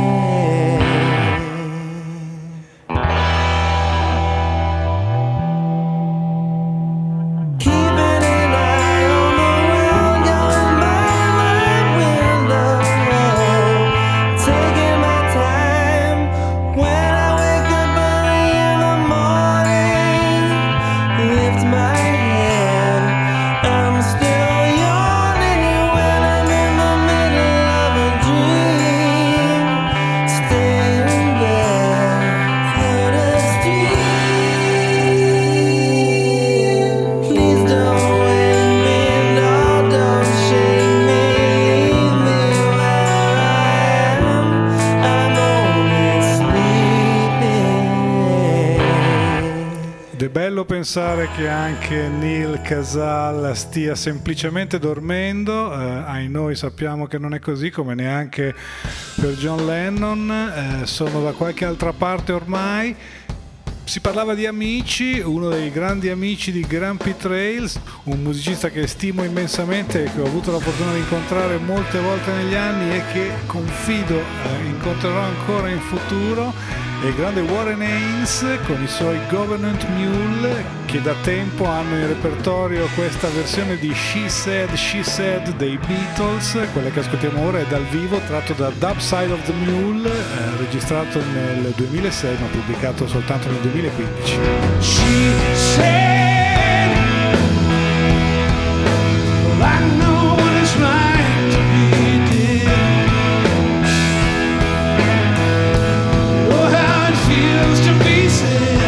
Keeping an eye on the world going by my window, taking my time. When I wake up early in the morning, lift my head, I'm still yawning when I'm in the middle of a dream. Stay in bed, float upstream. Please don't wake me, no, don't shake me, leave me where I am. I'm only sleeping. Ed è bello pensare che anche Neil Casal stia semplicemente dormendo. Eh, ai noi sappiamo che non è così, come neanche per John Lennon. Eh, sono da qualche altra parte ormai. Si parlava di amici, uno dei grandi amici di Grumpy Trails, un musicista che stimo immensamente e che ho avuto la fortuna di incontrare molte volte negli anni e che confido eh, incontrerò ancora in futuro, è il grande Warren Haynes con i suoi Government Mule, che da tempo hanno in repertorio questa versione di She Said, She Said dei Beatles. Quella che ascoltiamo ora è dal vivo, tratto da Dark Side of the Mule, eh, registrato nel duemilasei ma pubblicato soltanto nel duemilaquindici. She said, well, I know what it's like to be dead. Oh, how it feels to be sad.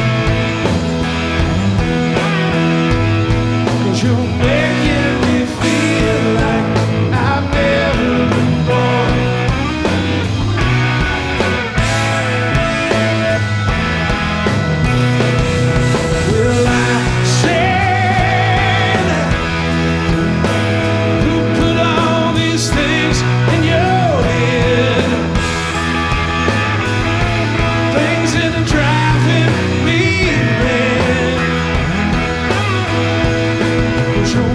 'Cause you're making me feel like I've never been born. Well, I said, who put all these things in your head? Things that are driving me mad. 'Cause you're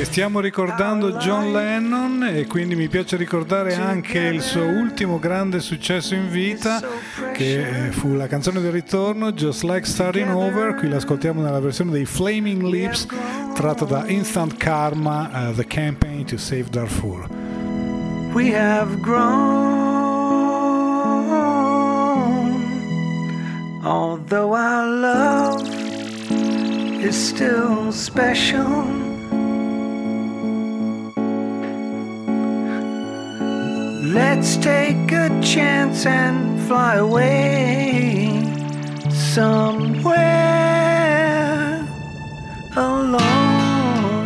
stiamo ricordando John Lennon e quindi mi piace ricordare anche il suo ultimo grande successo in vita, che fu la canzone del ritorno, Just Like Starting Over. Qui l'ascoltiamo nella versione dei Flaming Lips, tratta da Instant Karma, uh, The Campaign to Save Darfur. We have grown, although our love is still special. Let's take a chance and fly away somewhere alone.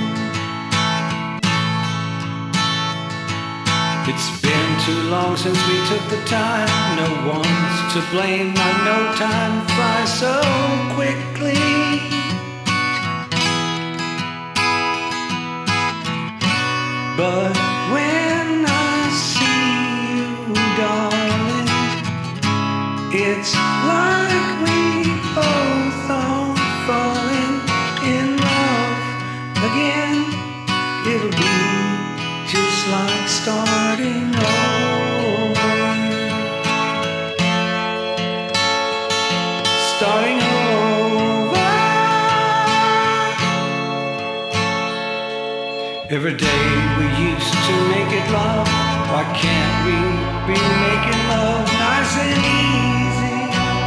It's been too long since we took the time. No one's to blame. I know time flies so quickly. But when I see you, darling, it's like we both are falling in love again. It'll be just like starting over. Starting over. Every day we used to make it love. Why can't we be making love nice and easy?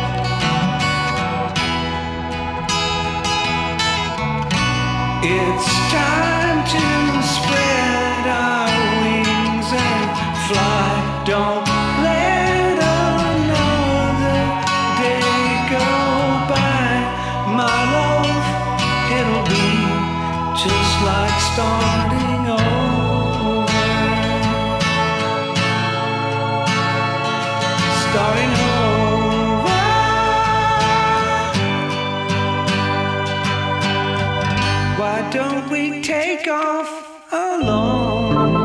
It's time to spread our wings and fly. Don't let another day go by. My love, it'll be just like starting over. Starting over. Why don't we take off alone?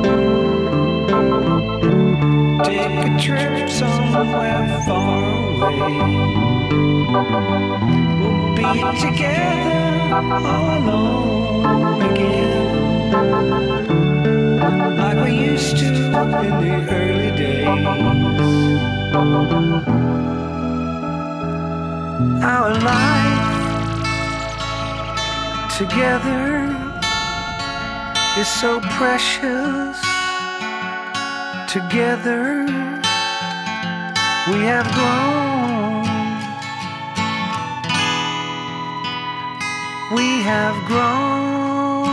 Take a trip somewhere far away. We'll be together all alone again, like we used to in the early days. Our life together is so precious. Together we have grown. We have grown.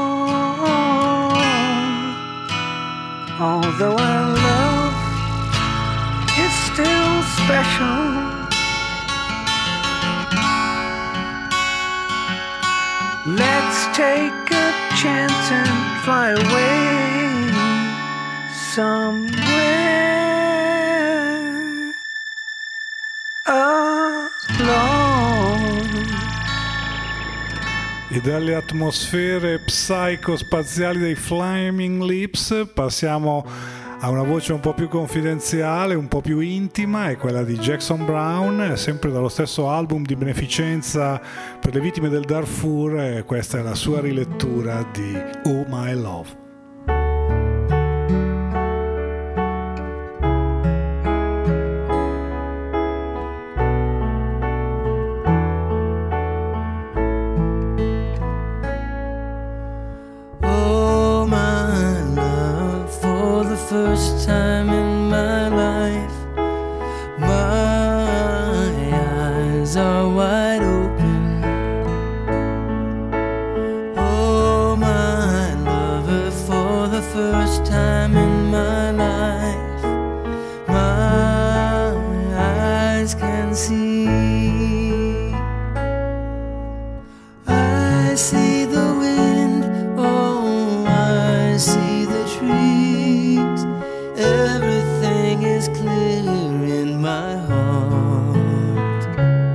Although our love is still special. Let's take a chance and fly away somewhere alone. E dalle atmosfere psico-spaziali dei Flaming Lips passiamo a una voce un po' più confidenziale, un po' più intima, è quella di Jackson Browne, sempre dallo stesso album di beneficenza per le vittime del Darfur, e questa è la sua rilettura di Oh My Love. First time in my life, my eyes are wide open. Oh, my lover, for the first time in my life, my eyes can see. I see the wind, oh, I see the trees. Everything is clear in my heart.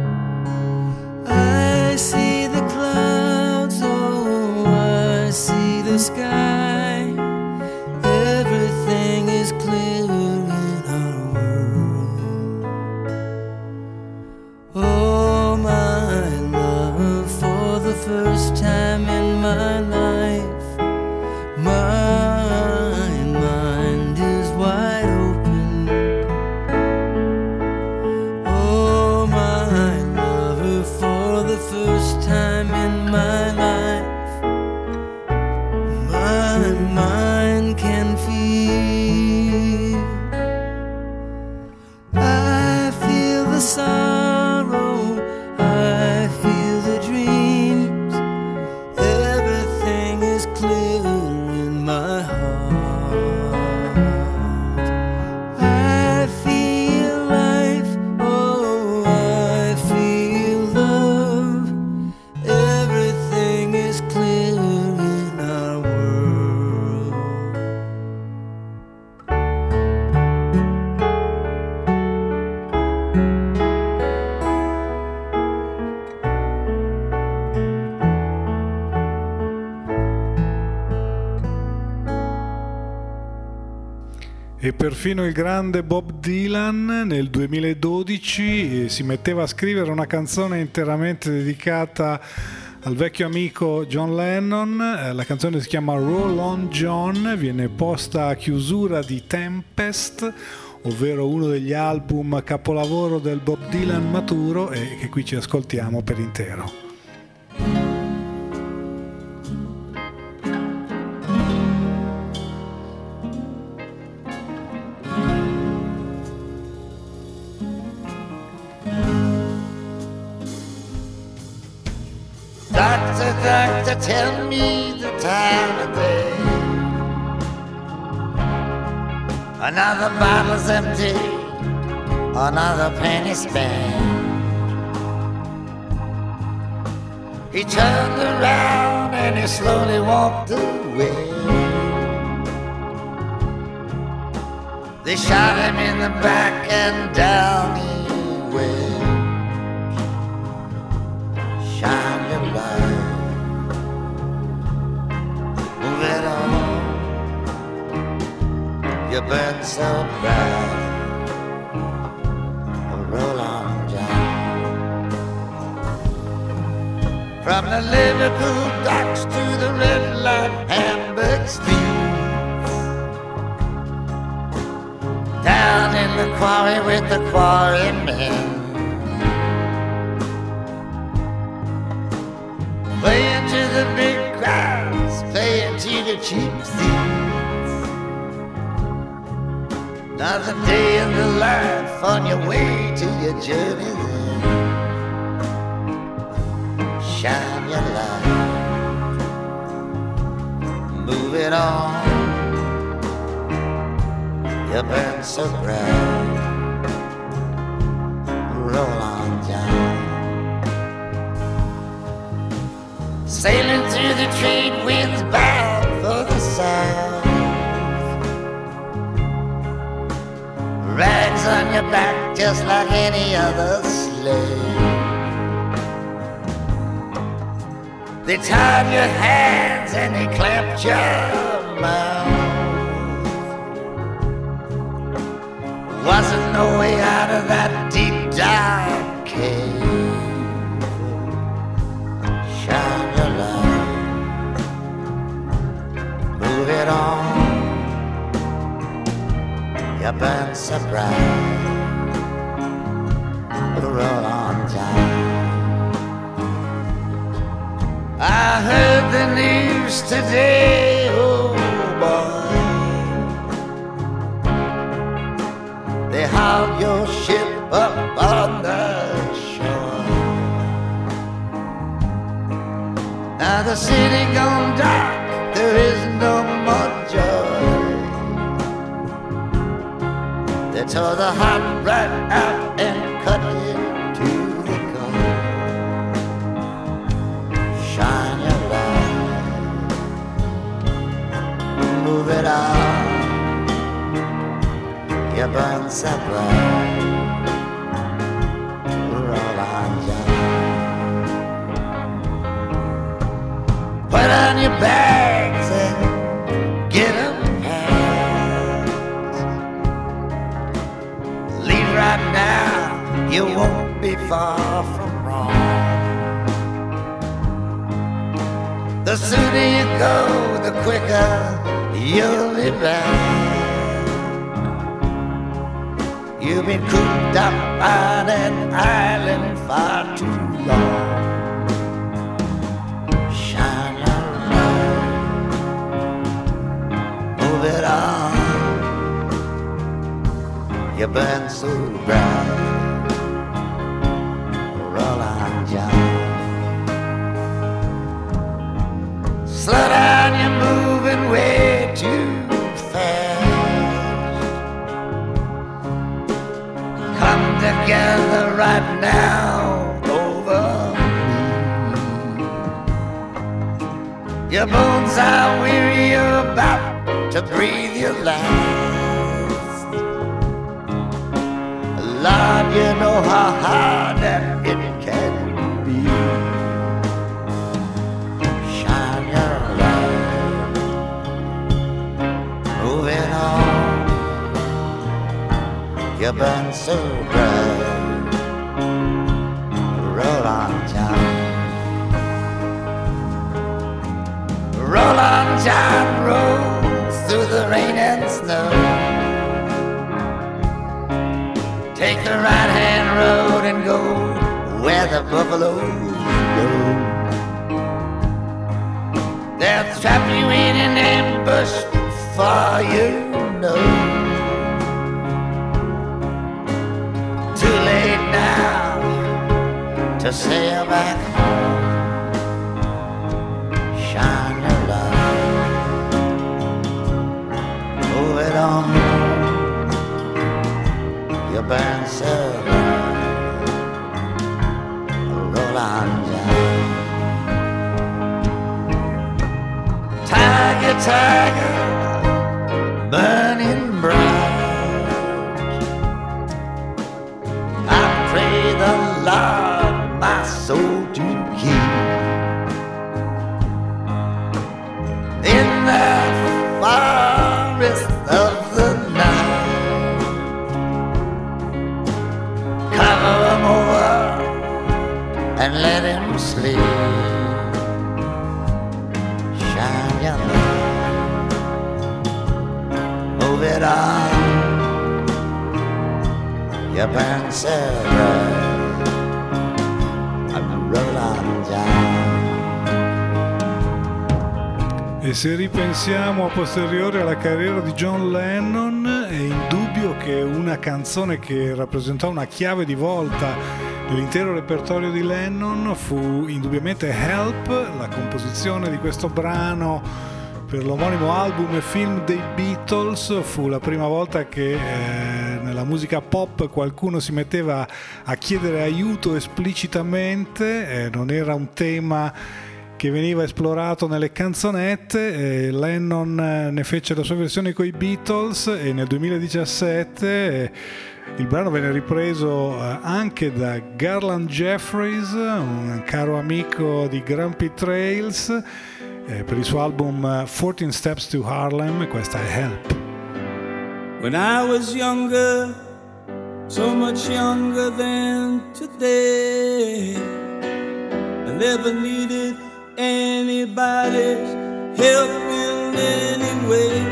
I see the clouds, oh, I see the sky. Everything is clear in our world. Oh, my love, for the first time in my life, E perfino il grande Bob Dylan nel duemiladodici si metteva a scrivere una canzone interamente dedicata al vecchio amico John Lennon. La canzone si chiama Roll On John, viene posta a chiusura di Tempest, ovvero uno degli album capolavoro del Bob Dylan maturo, e che qui ci ascoltiamo per intero. Doctor, doctor, tell me the time of day. Another bottle's empty, another penny spent. He turned around and he slowly walked away. They shot him in the back and down he went. Shine your light, move it on. You burn so bright, roll on down. From the Liverpool docks to the red light Hamburg streets, down in the quarry with the quarrymen, playing to the big crowds, playing to the cheap seats. Another day in the life on your way to your journey's end. Shine your light, move it on. You burn so bright, roll on down. Sailing through the trade winds bound for the south. Rags on your back just like any other slave. They tied your hands and they clamped your mouth. Wasn't no way out of that deep dark cave. Shine your light, move it on. You burn so bright, roll on down. I heard the news today, oh boy. They hauled your ship up on the shore. Now the city gone dark, there is no more joy. They tore the heart right out and cut it to the core. Shine your light, move it on. You burn so bright, roll on down. Put on your bags and get 'em packed. Leave right now, you won't be far from wrong. The sooner you go, the quicker you'll be back. You've been cooped up on an island far too long. Shine your light, move it on. You burn so bright, roll on down. Slow down, you're moving way too fast. Come together right now over me. Your bones are weary, you're about to breathe your last. Lord, you know how hard that it can be. Shine your light, move it on. you burn so bright. Roll on, John. Roll on, John, roll through the rain and snow. Take the right-hand road and go where the buffaloes go. They'll trap you in an ambush before you know. Too late now to sail back home. Shine your light, move it on. You burn so bright, roll on down. Tiger, tiger, burning bright. I pray the Lord my soul to keep in the forest of the night. Cover him over and let him sleep. Shine your light, move it on. You burn so bright, I'm roll on down. E se ripensiamo a posteriori alla carriera di John Lennon, è indubbio che una canzone che rappresentò una chiave di volta nell'intero repertorio di Lennon fu indubbiamente Help, la composizione di questo brano per l'omonimo album e film dei Beatles. Fu la prima volta che eh, nella musica pop qualcuno si metteva a chiedere aiuto esplicitamente, eh, non era un tema che veniva esplorato nelle canzonette. eh, Lennon ne fece la sua versione coi Beatles e nel duemiladiciassette eh, il brano venne ripreso eh, anche da Garland Jeffries, un caro amico di Grumpy Trails, eh, per il suo album uh, fourteen Steps to Harlem. Questa è Help. When I was younger, so much younger than today, I never needed anybody's help in any way.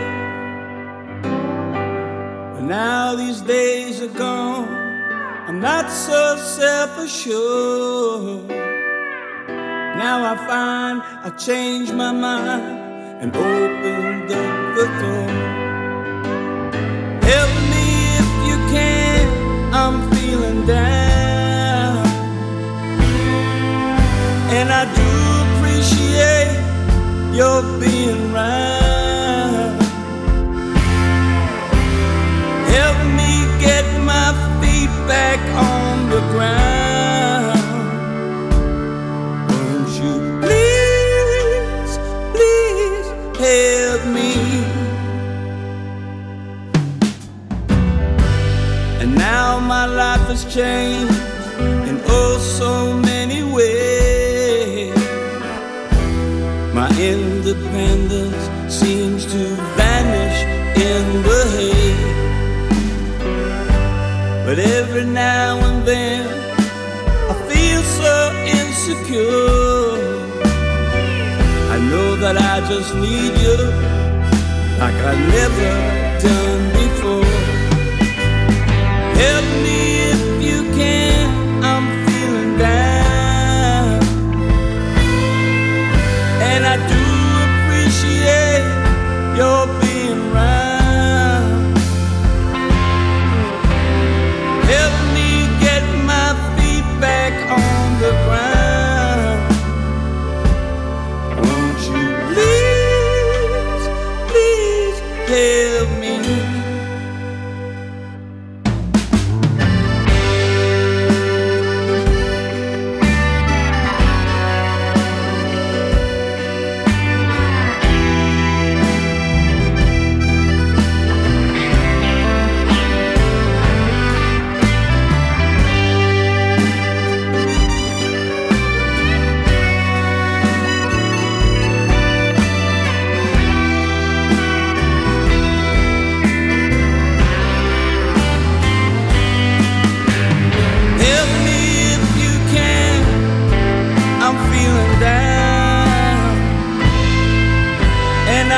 But now these days are gone, I'm not so self-assured. Now I find I've changed my mind and opened up the door. Help me if you can, I'm feeling down, and I do appreciate your being round. Help me get my feet back on the ground. Won't you please, please help me? And now my life has changed in oh so many ways. My independence seems to vanish in the haze. But every now and then I feel so insecure. I know that I just need you like I never done before. Help me if you can, I'm feeling down, and I do appreciate your being round. Help me get my feet back on the ground. Won't you please, please help me?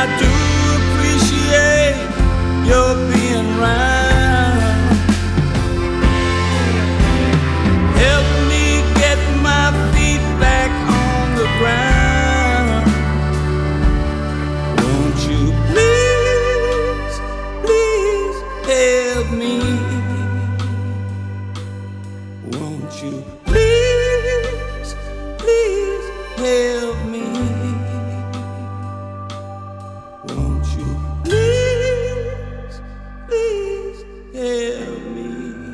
I do appreciate your being round. Help me get my feet back on the ground. Won't you please, please help me? Won't you please, please help me? Won't you please, please help me?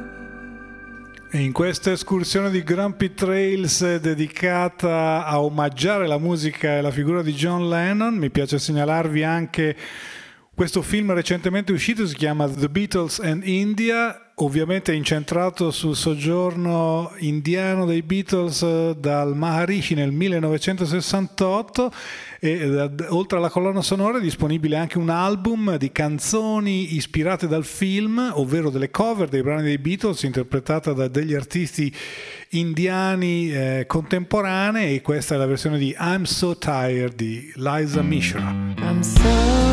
E in questa escursione di Grumpy Trails dedicata a omaggiare la musica e la figura di John Lennon, mi piace segnalarvi anche questo film recentemente uscito, si chiama The Beatles and India, ovviamente incentrato sul soggiorno indiano dei Beatles dal Maharishi nel millenovecentosessantotto, e oltre alla colonna sonora è disponibile anche un album di canzoni ispirate dal film, ovvero delle cover dei brani dei Beatles interpretata da degli artisti indiani eh, contemporanei, e questa è la versione di I'm So Tired di Liza Mishra. I'm so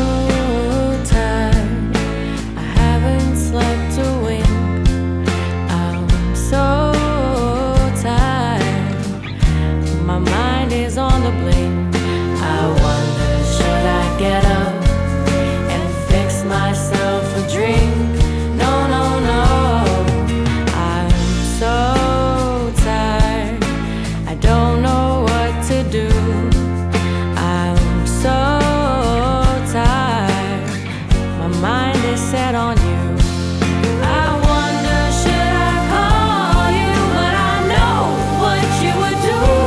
tired, I haven't slept a wink. I'm so tired, my mind is on the blink. I wonder, should I get up and fix myself a drink? No, no, no, I'm so tired, I don't know what to do. I'm so tired, my mind is set on you. I wonder, should I call you, but I know what you would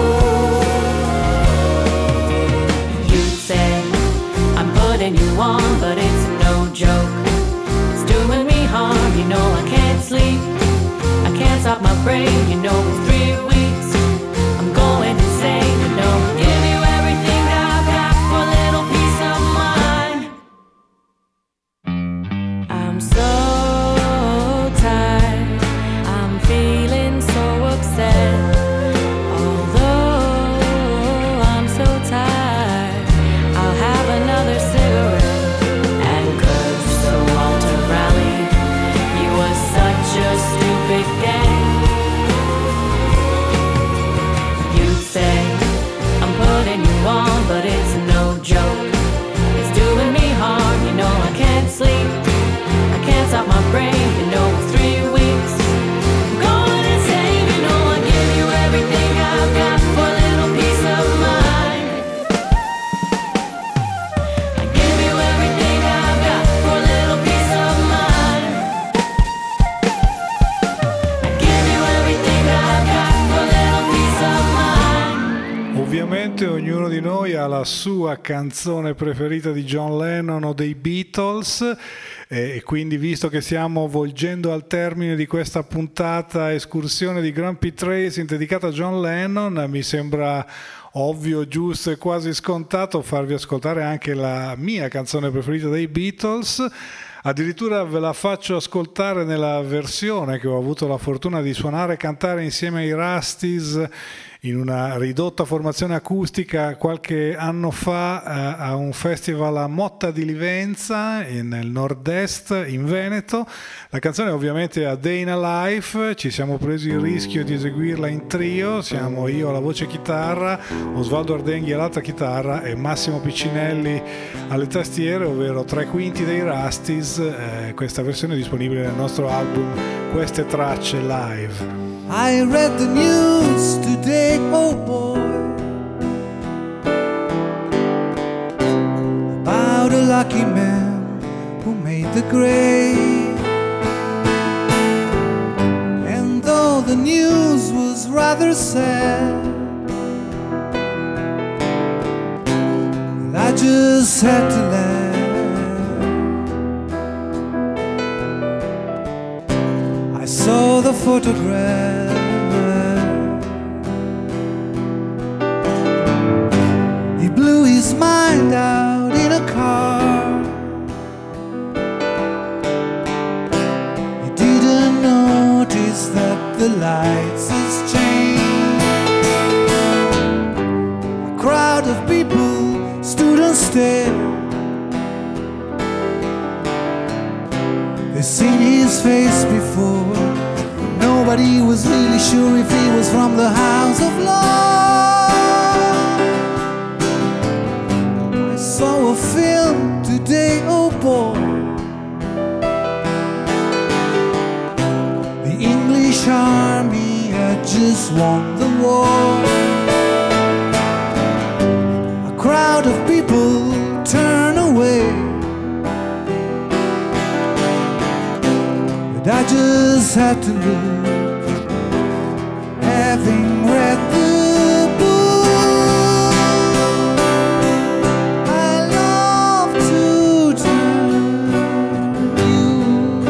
do. You'd say, I'm putting you on, but it's no joke. It's doing me harm, you know I can't sleep. I can't stop my brain, you know it's three weeks. I'm going insane, you know. Give you everything I've got for a little peace of mind. I'm so tired, I'm feeling so upset. Although I'm so tired, I'll have another cigarette and curse to Walter Raleigh. You were such a stupid gang. You'd say, I'm putting you on, but it's no joke. It's doing me harm, you know I can't sleep. I can't stop my brain, you know it's three weeks. I'm going insane, you know I give you everything I've got for a little peace of mind. I give you everything I've got for a little peace of mind. I give you everything I've got for a little peace of mind. Ovviamente ognuno di noi ha la sua canzone preferita di John Lennon o dei Beatles, e quindi, visto che stiamo volgendo al termine di questa puntata escursione di Grumpy Trails dedicata a John Lennon, mi sembra ovvio, giusto e quasi scontato farvi ascoltare anche la mia canzone preferita dei Beatles. Addirittura ve la faccio ascoltare nella versione che ho avuto la fortuna di suonare e cantare insieme ai Rusties in una ridotta formazione acustica qualche anno fa eh, a un festival a Motta di Livenza, in, nel nord-est, in Veneto. La canzone è ovviamente A Day in a Life, ci siamo presi il rischio di eseguirla in trio, siamo io alla voce chitarra, Osvaldo Ardenghi all'altra chitarra e Massimo Piccinelli alle tastiere, ovvero tre quinti dei Rusties. Eh, questa versione è disponibile nel nostro album Queste Tracce Live. I read the news today, oh boy, about a lucky man who made the grade. And though the news was rather sad, I just had to laugh. I saw the photograph. He blew his mind out in a car. He didn't notice that the lights has changed. A crowd of people stood and upstairs. They've seen his face before. Nobody was really sure if he was from the House of Lords. I saw a film today, oh boy. The English army had just won the war. A crowd of people turn away, but I just had to look, having read the book. I love to turn you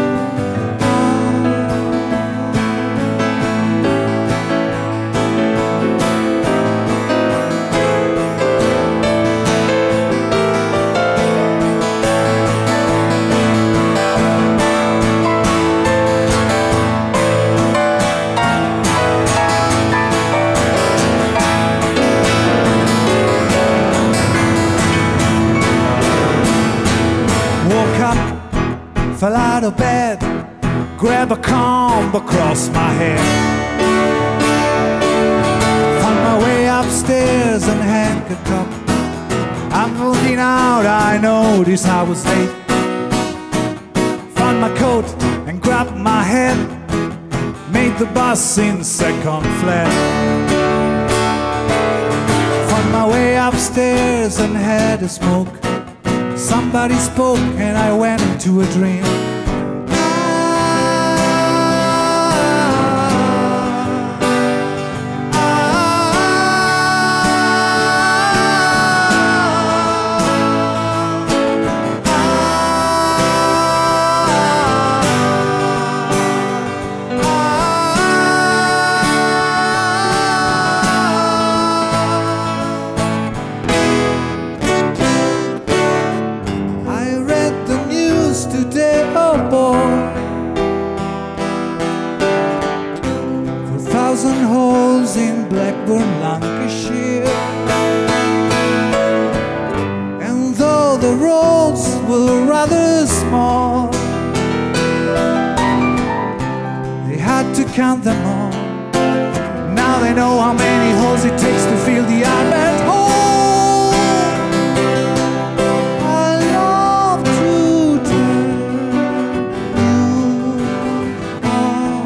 fell out of bed, grabbed a comb across my head, found my way upstairs and handcuffed up. I'm moving out, I noticed I was late. Found my coat and grabbed my head, made the bus in second flat. Found my way upstairs and had a smoke. Somebody spoke and I went into a dream. Holes in Blackburn, Lancashire. And though the roads were rather small, they had to count them all. Now they know how many holes it takes to fill the Albert Hall. I love to turn you on.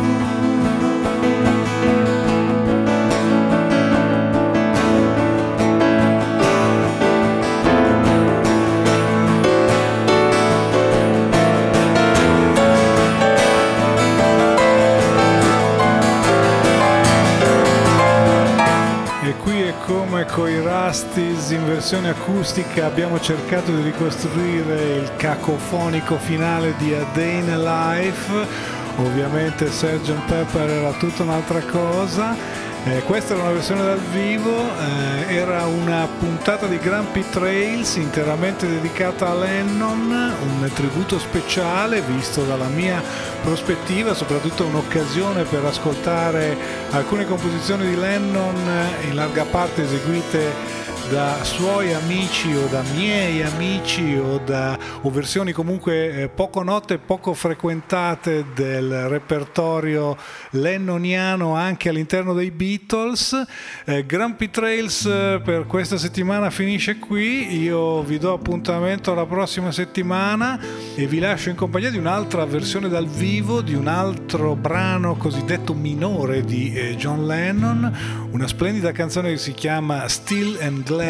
Come coi Rusties in versione acustica abbiamo cercato di ricostruire il cacofonico finale di A Day in a Life. Ovviamente sergeant Pepper era tutta un'altra cosa. Eh, questa era una versione dal vivo, eh, era una puntata di Grumpy Trails interamente dedicata a Lennon, un tributo speciale visto dalla mia prospettiva, soprattutto un'occasione per ascoltare alcune composizioni di Lennon in larga parte eseguite da suoi amici o da miei amici o da o versioni comunque eh, poco note e poco frequentate del repertorio lennoniano anche all'interno dei Beatles. eh, Grumpy Trails eh, per questa settimana finisce qui, io vi do appuntamento la prossima settimana e vi lascio in compagnia di un'altra versione dal vivo di un altro brano cosiddetto minore di eh, John Lennon, una splendida canzone che si chiama Steel and Glass,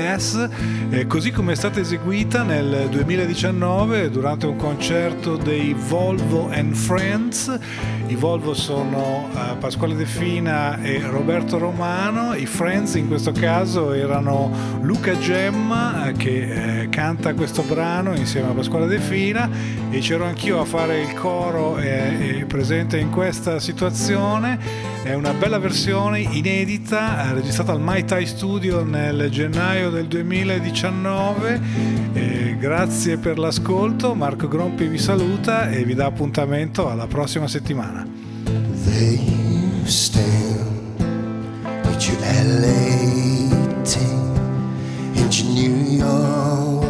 eh, così come è stata eseguita nel duemiladiciannove durante un concerto dei Volvo and Friends. I Volvo sono uh, Pasquale De Fina e Roberto Romano, i Friends in questo caso erano Luca Gemma eh, che eh, canta questo brano insieme a Pasquale De Fina, e c'ero anch'io a fare il coro e, e presente in questa situazione. È una bella versione inedita, eh, registrata al Mai Tai Studio nel gennaio del duemiladiciannove. Eh, grazie per l'ascolto, Marco Grompi vi saluta e vi dà appuntamento alla prossima settimana. There you stand with your L A team and your New York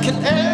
can ever